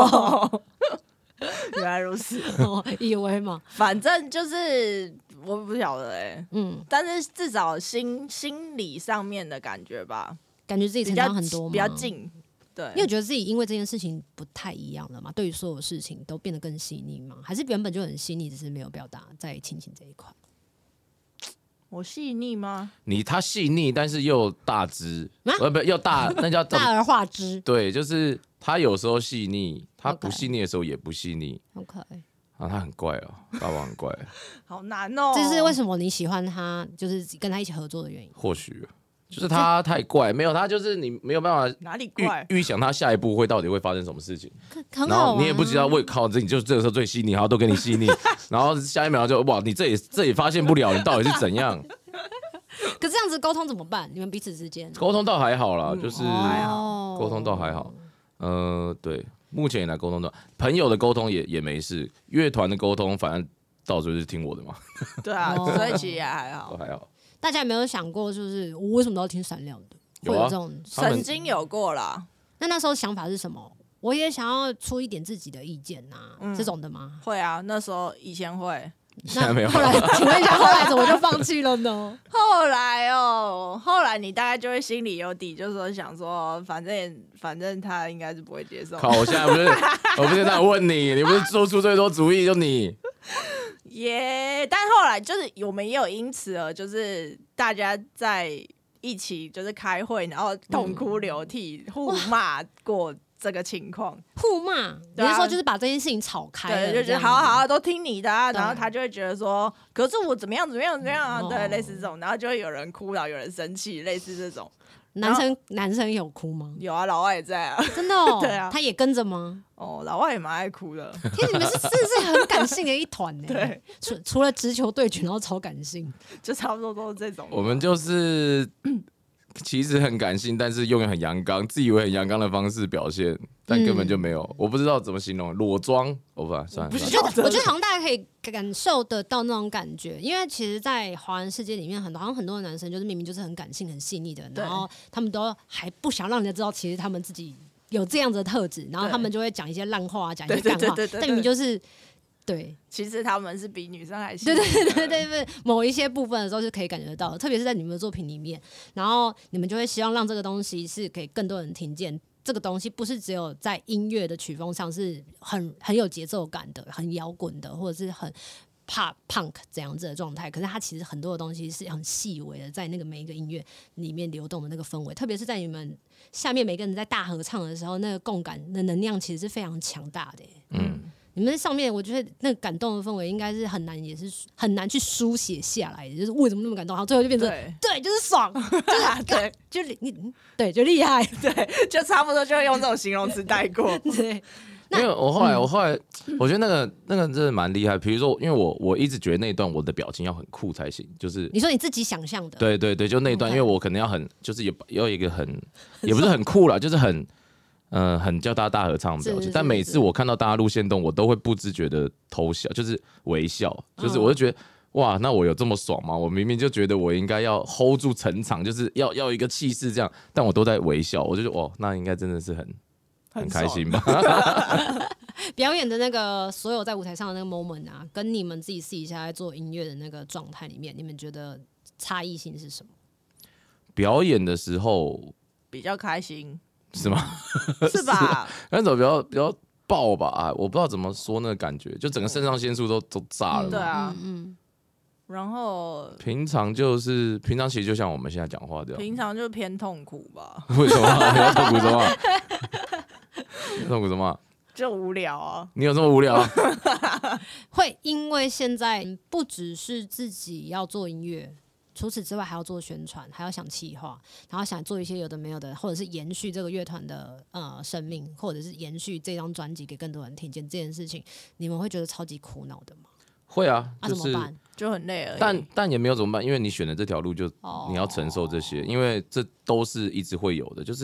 [SPEAKER 2] 原来如此，
[SPEAKER 1] 以为嘛？
[SPEAKER 2] 反正就是我不晓得但是至少心理上面的感觉吧，
[SPEAKER 1] 感觉自己成长很多吗？
[SPEAKER 2] 比较近。对，
[SPEAKER 1] 你有觉得自己因为这件事情不太一样了吗？对于所有事情都变得更细腻吗？还是原本就很细腻，只是没有表达在亲情这一块？
[SPEAKER 2] 我细腻吗？
[SPEAKER 3] 他细腻，但是又大只，不又大，那叫
[SPEAKER 1] 大而化之。
[SPEAKER 3] 对，就是他有时候细腻，他不细腻的时候也不细腻。
[SPEAKER 1] OK。
[SPEAKER 3] 啊，他很怪哦，爸爸很怪。
[SPEAKER 2] 好难哦。
[SPEAKER 1] 这是为什么你喜欢他，就是跟他一起合作的原因？
[SPEAKER 3] 或许就是他太怪，没有他就是你没有办法
[SPEAKER 2] 哪里怪
[SPEAKER 3] 预想他下一步到底会发生什么事情，
[SPEAKER 1] 然
[SPEAKER 3] 后你也不知道，靠，你就这个时候最细腻，然后都给你细腻，然后下一秒就哇，你这也发现不了，你到底是怎样？
[SPEAKER 1] 可是这样子沟通怎么办？你们彼此之间
[SPEAKER 3] 沟通倒还好啦，就是
[SPEAKER 1] 沟
[SPEAKER 3] 通倒还好。对，目前以来沟通到朋友的沟通也没事，乐团的沟通反正到时候就是听我的嘛。
[SPEAKER 2] 对啊，所以其实也还好，
[SPEAKER 3] 都还好。
[SPEAKER 1] 大家有没有想过，就是我为什么都要听闪亮的？
[SPEAKER 3] 有
[SPEAKER 1] 会有这种
[SPEAKER 2] 曾经有过啦。
[SPEAKER 1] 那时候想法是什么？我也想要出一点自己的意见这种的吗？
[SPEAKER 2] 会啊，那时候以前会。
[SPEAKER 3] 现在没有。
[SPEAKER 1] 后来，请问一下，后来怎么就放弃了呢？
[SPEAKER 2] 后来你大概就会心里有底，就是说想说，反正他应该是不会接受。
[SPEAKER 3] 靠，我现在我不是在问你，你不是做出最多主意就你。
[SPEAKER 2] 但后来就是我们也有因此而就是大家在一起就是开会，然后痛哭流涕互骂过这个情况。
[SPEAKER 1] 互骂，你是说就是把这件事情吵开了？
[SPEAKER 2] 对，就觉得好都听你的啊，然后他就会觉得说，可是我怎么样啊？对，类似这种，然后就会有人哭，然后有人生气，类似这种。
[SPEAKER 1] 男生有哭吗？
[SPEAKER 2] 有啊，老外也在啊。
[SPEAKER 1] 真的哦？
[SPEAKER 2] 对啊，
[SPEAKER 1] 他也跟着吗？
[SPEAKER 2] 老外也蛮爱哭的。
[SPEAKER 1] 天，你们真的是很感性的一团呢。
[SPEAKER 2] 对，
[SPEAKER 1] 除了直球对决，然后超感性，
[SPEAKER 2] 就差不多都是这种。
[SPEAKER 3] 我们就是其实很感性，但是用很阳刚，自以为很阳刚的方式表现，但根本就没有。我不知道怎么形容，裸妆，算了。
[SPEAKER 1] 我觉得好像大家可以感受得到那种感觉，因为其实，在华人世界里面，好像很多的男生就是明明就是很感性、很细腻的，然后他们都还不想让人家知道，其实他们自己有这样子的特质，然后他们就会讲一些烂话，讲一些干话，但明明就是。对，
[SPEAKER 2] 其实他们是比女生还细。
[SPEAKER 1] 对，某一些部分的时候是可以感觉得到的，特别是在你们的作品里面，然后你们就会希望让这个东西是给更多人听见。这个东西不是只有在音乐的曲风上是很有节奏感的、很摇滚的，或者是很 punk 这样子的状态，可是它其实很多的东西是很细微的，在那个每一个音乐里面流动的那个氛围，特别是在你们下面每个人在大合唱的时候，那个共感的能量其实是非常强大的。你们在上面，我觉得那个感动的氛围应该是很难，也是很难去书写下来的。就是为什么那么感动，然后最后就变成对，就是爽，就是就厉害，
[SPEAKER 2] 对，就差不多就用这种形容词带过。
[SPEAKER 1] 对，
[SPEAKER 3] 因为我后来，我觉得那个真的蛮厉害。比如说，因为我一直觉得那一段我的表情要很酷才行，就是
[SPEAKER 1] 你说你自己想象的，
[SPEAKER 3] 对，就那一段，因为我可能要很，就是要一个很，也不是很酷啦，就是很。很叫大家大合唱的表情，但每次我看到大家录线动，我都会不自觉的偷笑，就是微笑，就是我就觉得哇，那我有这么爽吗？我明明就觉得我应该要 hold 住整场，就是要一个气势这样，但我都在微笑，我就觉得哇，那应该真的是很开心吧。
[SPEAKER 1] 表演的那个所有在舞台上的那个 moment 啊，跟你们自己私底下在做音乐的那个状态里面，你们觉得差异性是什么？
[SPEAKER 3] 表演的时候
[SPEAKER 2] 比较开心。
[SPEAKER 3] 是吗？
[SPEAKER 2] 是吧？
[SPEAKER 3] 那种比较爆吧，我不知道怎么说那个感觉，就整个肾上腺素都炸了。
[SPEAKER 2] 对啊，然后
[SPEAKER 3] 平常其实就像我们现在讲话这样，
[SPEAKER 2] 平常就偏痛苦吧。
[SPEAKER 3] 为什么？你要痛苦什么？痛苦什么？
[SPEAKER 2] 就无聊啊！
[SPEAKER 3] 你有这么无聊？
[SPEAKER 1] 会因为现在不只是自己要做音乐。除此之外，还要做宣传，还要想企划，然后想做一些有的没有的，或者是延续这个乐团的生命，或者是延续这张专辑给更多人听见这件事情，你们会觉得超级苦恼的吗？
[SPEAKER 3] 会啊，
[SPEAKER 1] 怎么办？
[SPEAKER 2] 就很累而已。
[SPEAKER 3] 但也没有怎么办，因为你选的这条路就你要承受这些，因为这都是一直会有的。就是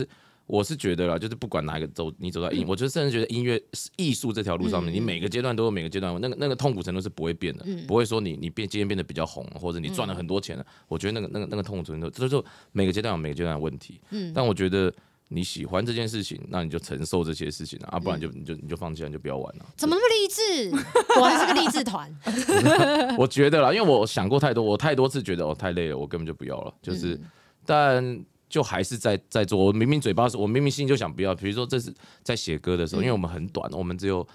[SPEAKER 3] 我是觉得啦，就是不管哪一个你走到我就甚至觉得音乐艺术这条路上面，你每个阶段都有每个阶段那个痛苦程度是不会变的，不会说你今天变得比较红，或者你赚了很多钱了，我觉得那个痛苦程度，这就是每个阶段有每个阶段的问题。但我觉得你喜欢这件事情，那你就承受这些事情不然你就放弃了，你就不要玩了。
[SPEAKER 1] 怎么那么励志？我还是个励志团。
[SPEAKER 3] 我觉得啦，因为我想过太多，我太多次觉得太累了，我根本就不要了。就是，但就还是在做。我明明嘴巴我明明心里就想不要。比如说这是在写歌的时候，因为我们很短，我们只有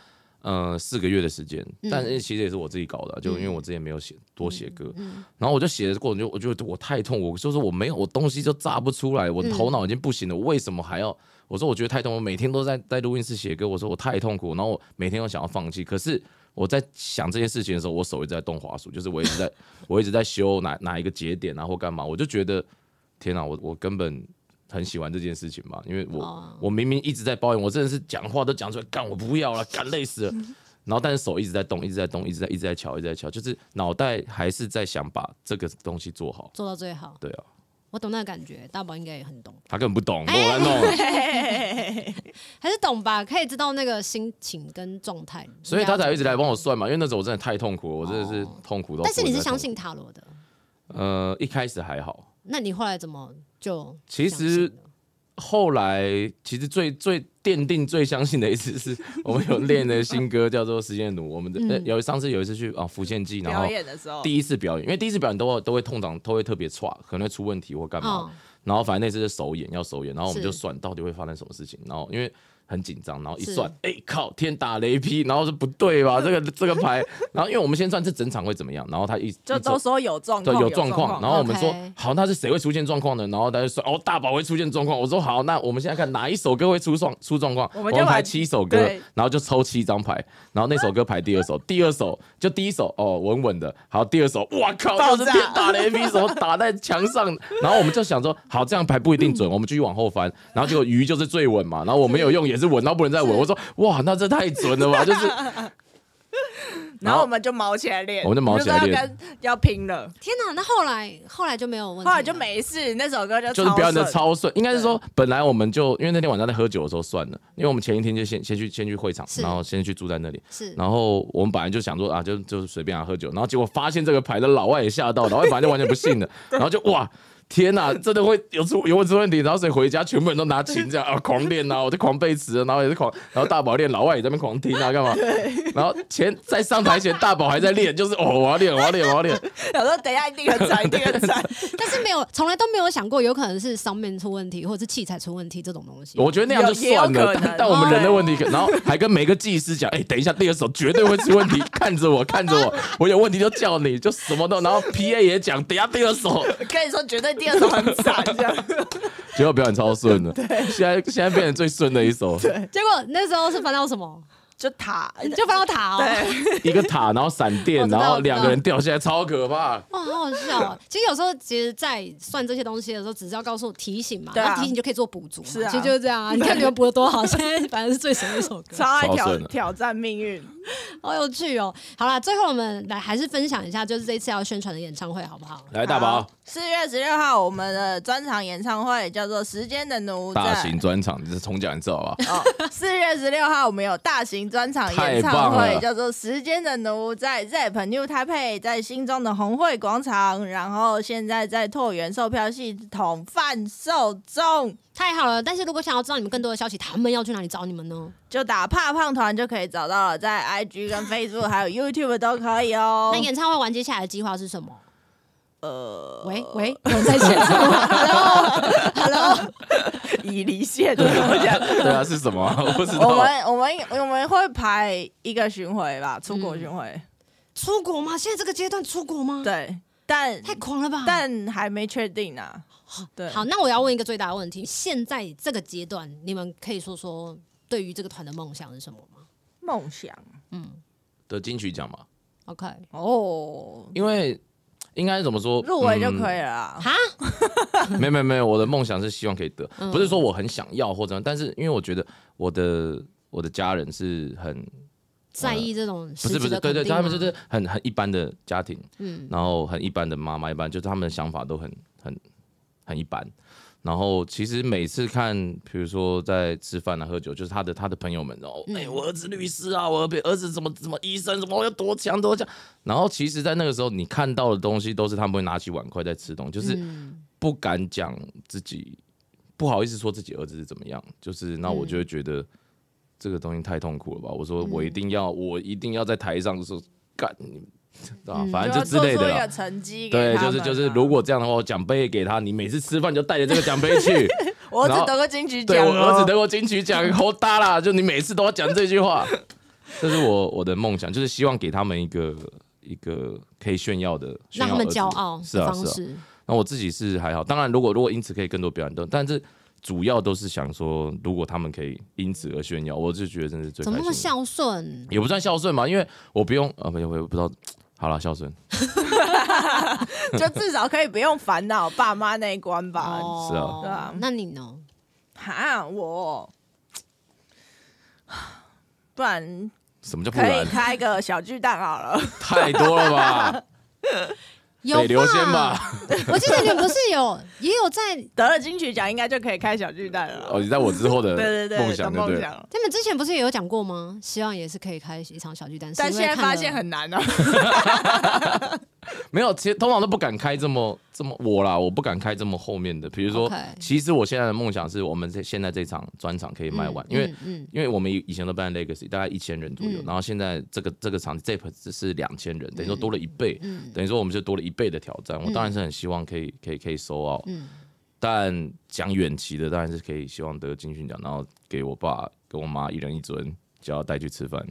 [SPEAKER 3] 4个月的时间，但是其实也是我自己搞的，就因为我之前没有多写歌，然后我就写的过程我觉得我太痛苦，就是我没有我东西就炸不出来，我头脑已经不行了，我为什么还要？我说我觉得太痛，我每天都在录音室写歌，我说我太痛苦，然后我每天都想要放弃，可是我在想这件事情的时候，我手一直在动滑鼠，就是我一直在修哪一个节点或干嘛，我就觉得天哪，我根本很喜欢这件事情吧，因为我明明一直在抱怨，我真的是讲话都讲出来，干我不要了，干累死了。然后，但是手一直在动，一直在动，一直在敲，就是脑袋还是在想把这个东西做好，
[SPEAKER 1] 做到最好。
[SPEAKER 3] 对啊，
[SPEAKER 1] 我懂那个感觉，大宝应该也很懂。
[SPEAKER 3] 他根本不懂，我来弄，
[SPEAKER 1] 还是懂吧？可以知道那个心情跟状态，
[SPEAKER 3] 所以他才一直来帮我算嘛。因为那时候我真的太痛苦了，我真的是痛苦到。
[SPEAKER 1] 但是你是相信塔罗
[SPEAKER 3] 的？一开始还好。
[SPEAKER 1] 那你后来怎么就？
[SPEAKER 3] 其实后来，其实最奠定最相信的一次是我们有练的新歌叫做《时间的奴》。我们上次有一次去浮现记，然后
[SPEAKER 2] 表演的时候，
[SPEAKER 3] 第一次表演，因为第一次表演都会通常都会特别差，可能会出问题或干嘛。然后反正那次是首演，然后我们就算到底会发生什么事情。然后因为很紧张，然后一算，靠，天打雷劈，然后是不对吧？这个牌，然后因为我们先算这整场会怎么样，然后他
[SPEAKER 2] 就都说有状况，
[SPEAKER 3] 对，有状况，然后我们说好，那是谁会出现状况呢？然后他就说大宝会出现状况。我说好，那我们现在看哪一首歌会出状况，我们排7首歌，然后就抽7张牌，然后那首歌排第2首，第2首就第1首稳稳的，好，第2首哇靠，就是天打雷劈，什么打在墙上，然后我们就想说好，这样排不一定准，我们继续往后翻，然后结果鱼就是最稳嘛，然后我没有用也是稳到不能再稳，我说哇，那这太准了吧，就是。
[SPEAKER 2] 然后我们就毛起来练，要拼了。
[SPEAKER 1] 天哪！那后来就没有问题，
[SPEAKER 2] 后来就没事。那首歌
[SPEAKER 3] 就是表演的超顺，应该是说本来我们就因为那天晚上在喝酒的时候算了，因为我们前一天就先去会场，然后先去住在那里，然后我们本来就想说就是随便喝酒，然后结果发现这个牌的老外也吓到，老外本来就完全不信的，然后就哇。天哪，真的会有问题，然后所以回家全部人都拿琴这样狂练我就狂背词，然后也是然后大宝练，老外也在那边狂听干嘛？然后在上台前，大宝还在练，就是我要练。
[SPEAKER 2] 想说等一下一定很惨，
[SPEAKER 1] 但是从来都没有想过有可能是上面出问题，或者是器材出问题这种东西。
[SPEAKER 3] 我觉得那样就算了，但我们人的问题，然后还跟每个技师讲，等一下第2首绝对会出问题，看着我，我有问题就叫你，就什么都，然后 PA 也讲，等一下第2首，
[SPEAKER 2] 跟你说绝对。第2首很惨，这样，
[SPEAKER 3] 结果表演超顺的。现在变成最顺的一首。
[SPEAKER 1] 对，结果那时候是翻到什么？
[SPEAKER 2] 就塔，
[SPEAKER 1] 就翻到塔
[SPEAKER 2] 对，
[SPEAKER 3] 一个塔，然后闪电，然后2个人掉下来，超可怕。
[SPEAKER 1] 哇，好好笑其实有时候，在算这些东西的时候，只是要告诉提醒嘛，然后提醒就可以做补足嘛。是啊，其实就是这样啊。你看你们补的多好，现在反正是最神的一首歌，
[SPEAKER 2] 超爱挑战命运，
[SPEAKER 1] 好有趣哦。好啦，最后我们来还是分享一下，就是这一次要宣传的演唱会，好不好？
[SPEAKER 3] 来，大宝
[SPEAKER 2] ，4月16号我们的专场演唱会叫做《时间的奴》，
[SPEAKER 3] 大型专场，你重讲一次好不好
[SPEAKER 2] ？4月16号我们有大型专场演唱会，叫做《时间的奴》，在 ZEP New Taipei， 在新庄的红会广场，然后现在在拓元售票系统贩售中。
[SPEAKER 1] 太好了！但是如果想要知道你们更多的消息，他们要去哪里找你们呢？
[SPEAKER 2] 就打怕胖团就可以找到了，在 IG 跟 Facebook 还有 YouTube 都可以哦。
[SPEAKER 1] 那演唱会完接下来的计划是什么？喂，有人在线上吗 ？Hello，
[SPEAKER 2] 已离线了。
[SPEAKER 3] 对啊，是什么？我不知道。
[SPEAKER 2] 我们会排一个巡回吧，出国巡回。
[SPEAKER 1] 出国吗？现在这个阶段出国吗？
[SPEAKER 2] 对，但
[SPEAKER 1] 太狂了吧！
[SPEAKER 2] 但还没确定啊。对，
[SPEAKER 1] 好，那我要问一个最大的问题：现在这个阶段，你们可以说对于这个团的梦想是什么吗？
[SPEAKER 2] 梦想，
[SPEAKER 3] 得金曲奖嘛
[SPEAKER 1] ？OK，
[SPEAKER 3] 因为。应该怎么说？
[SPEAKER 2] 入围就可以了啊！
[SPEAKER 1] 哈，
[SPEAKER 3] 没有，我的梦想是希望可以得，不是说我很想要或者，但是因为我觉得我的家人是很
[SPEAKER 1] 在意这种
[SPEAKER 3] 不是对，他们就是很一般的家庭，然后很一般的妈妈，一般就是他们的想法都很一般， 然后其实每次看，比如说在吃饭啊、喝酒，就是他的朋友们哦，我儿子律师啊，我儿子怎么医生，什么要多强。然后其实，在那个时候，你看到的东西都是他们会拿起碗筷在吃东西，就是不敢讲自己，不好意思说自己儿子是怎么样，就是那我就会觉得这个东西太痛苦了吧。我说我一定要在台上说干你。反正就之类的啦。
[SPEAKER 2] 成绩
[SPEAKER 3] 对，就是如果这样的话，我奖杯给他，你每次吃饭就带着这个奖杯去。
[SPEAKER 2] 我儿子得过金曲奖，
[SPEAKER 3] 对我儿子得过金曲奖，好大啦！就你每次都要讲这句话，这是我的梦想，就是希望给他们一个可以炫耀的，
[SPEAKER 1] 让他们骄傲的方式。
[SPEAKER 3] 那我自己是还好，当然如果因此可以更多表演，但是主要都是想说，如果他们可以因此而炫耀，我就觉得真是最开心的。
[SPEAKER 1] 怎么那么孝顺？
[SPEAKER 3] 也不算孝顺嘛，因为我不用我不知道。好了，孝顺，
[SPEAKER 2] 就至少可以不用烦恼爸妈那一关吧。
[SPEAKER 3] 是啊，
[SPEAKER 2] 对啊。
[SPEAKER 1] 那你呢？
[SPEAKER 2] 我不然
[SPEAKER 3] 什么叫不然？
[SPEAKER 2] 可以开个小巨蛋好了。
[SPEAKER 3] 太多了吧？北流先吧。
[SPEAKER 1] 我记得你们不是也有在
[SPEAKER 2] 得了金曲奖，应该就可以开小巨蛋了。
[SPEAKER 3] 哦，你在我之后的梦想，对不对？
[SPEAKER 1] 他们之前不是也有讲过吗？希望也是可以开一场小巨蛋，
[SPEAKER 2] 但现在发现很难啊。
[SPEAKER 3] 没有，其实通常都不敢开这么我不敢开这么后面的。比如说，其实我现在的梦想是我们现在这场专场可以卖完，因为我们以前都办 Legacy 大概1000人左右，然后现在这个场这是2000人，等于说多了1倍，等于说我们就多了1倍的挑战。我当然是很希望可以收out，但讲远期的当然是可以希望得金曲奖，然后给我爸跟我妈一人一尊，就要带去吃饭。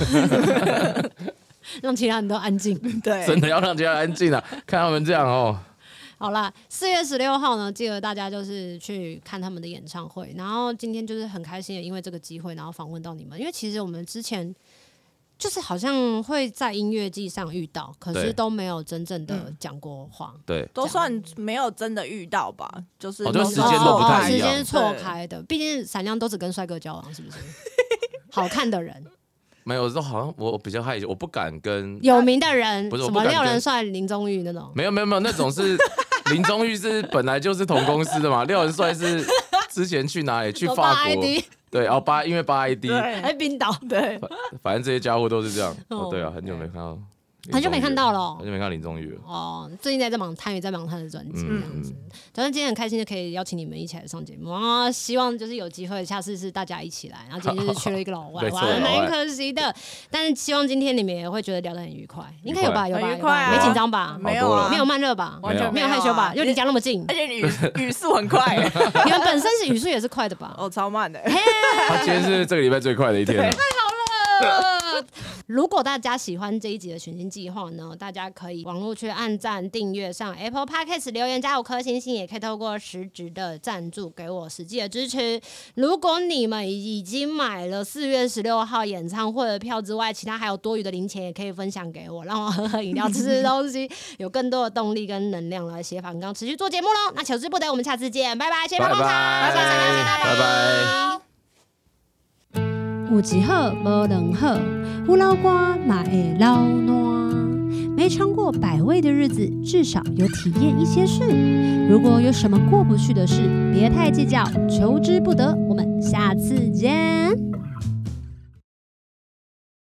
[SPEAKER 1] 让其他人都安静，
[SPEAKER 2] 对，
[SPEAKER 3] 真的要让其他人安静啊！看他们这样哦。
[SPEAKER 1] 好啦，4月16号呢，记得大家就是去看他们的演唱会。然后今天就是很开心的，因为这个机会，然后访问到你们。因为其实我们之前就是好像会在音乐季上遇到，可是都没有真正的讲过话。
[SPEAKER 3] 对，
[SPEAKER 2] 都算没有真的遇到吧，就是
[SPEAKER 3] 时间都不太一样，
[SPEAKER 1] 时间是错开的。毕竟闪亮都只跟帅哥交往，是不是？好看的人。
[SPEAKER 3] 没有，好像我比较害羞，我不敢跟
[SPEAKER 1] 有名的人，
[SPEAKER 3] 不是
[SPEAKER 1] 什么廖仁帅、林宗裕那种。
[SPEAKER 3] 没有，那种是林宗裕是本来就是同公司的嘛，廖仁帅是之前去哪里去法国，对，因为8ID，
[SPEAKER 1] 在冰岛，对，
[SPEAKER 3] 反正这些家伙都是这样。对啊，很久没看到。
[SPEAKER 1] 很久没看到了，
[SPEAKER 3] 很久没看林宗裕了。
[SPEAKER 1] 哦，最近在忙他的专辑这样子。反正今天很开心的可以邀请你们一起来上节目，然后希望就是有机会下次是大家一起来。然后今天就是缺了一个老外，哇，蛮可惜的。但是希望今天你们也会觉得聊得很愉快，应该有吧？
[SPEAKER 2] 愉快，
[SPEAKER 1] 没紧张吧？
[SPEAKER 2] 没有啊，
[SPEAKER 1] 没有慢热吧？
[SPEAKER 2] 完全
[SPEAKER 1] 没有害羞吧？又离家那么近，
[SPEAKER 2] 而且语速很快。
[SPEAKER 1] 你们本身是语速也是快的吧？
[SPEAKER 2] 哦，超慢的。
[SPEAKER 3] 他今天是这个礼拜最快的一天了。
[SPEAKER 1] 太好了。如果大家喜欢这一集的寻星计划呢，大家可以网络去按赞、订阅，上 Apple Podcast 留言加5颗星星，也可以透过实质的赞助给我实际的支持。如果你们已经买了4月16号演唱会的票之外，其他还有多余的零钱，也可以分享给我，让我喝饮料、吃东西，有更多的动力跟能量来写反纲，持续做节目咯。那求之不得，我们下次见，拜拜，谢谢棒棒糖，
[SPEAKER 3] 拜拜。
[SPEAKER 1] 有一好无两好，有老瓜嘛会老烂。没尝过百味的日子，至少有体验一些事。如果有什么过不去的事，别太计较，求之不得。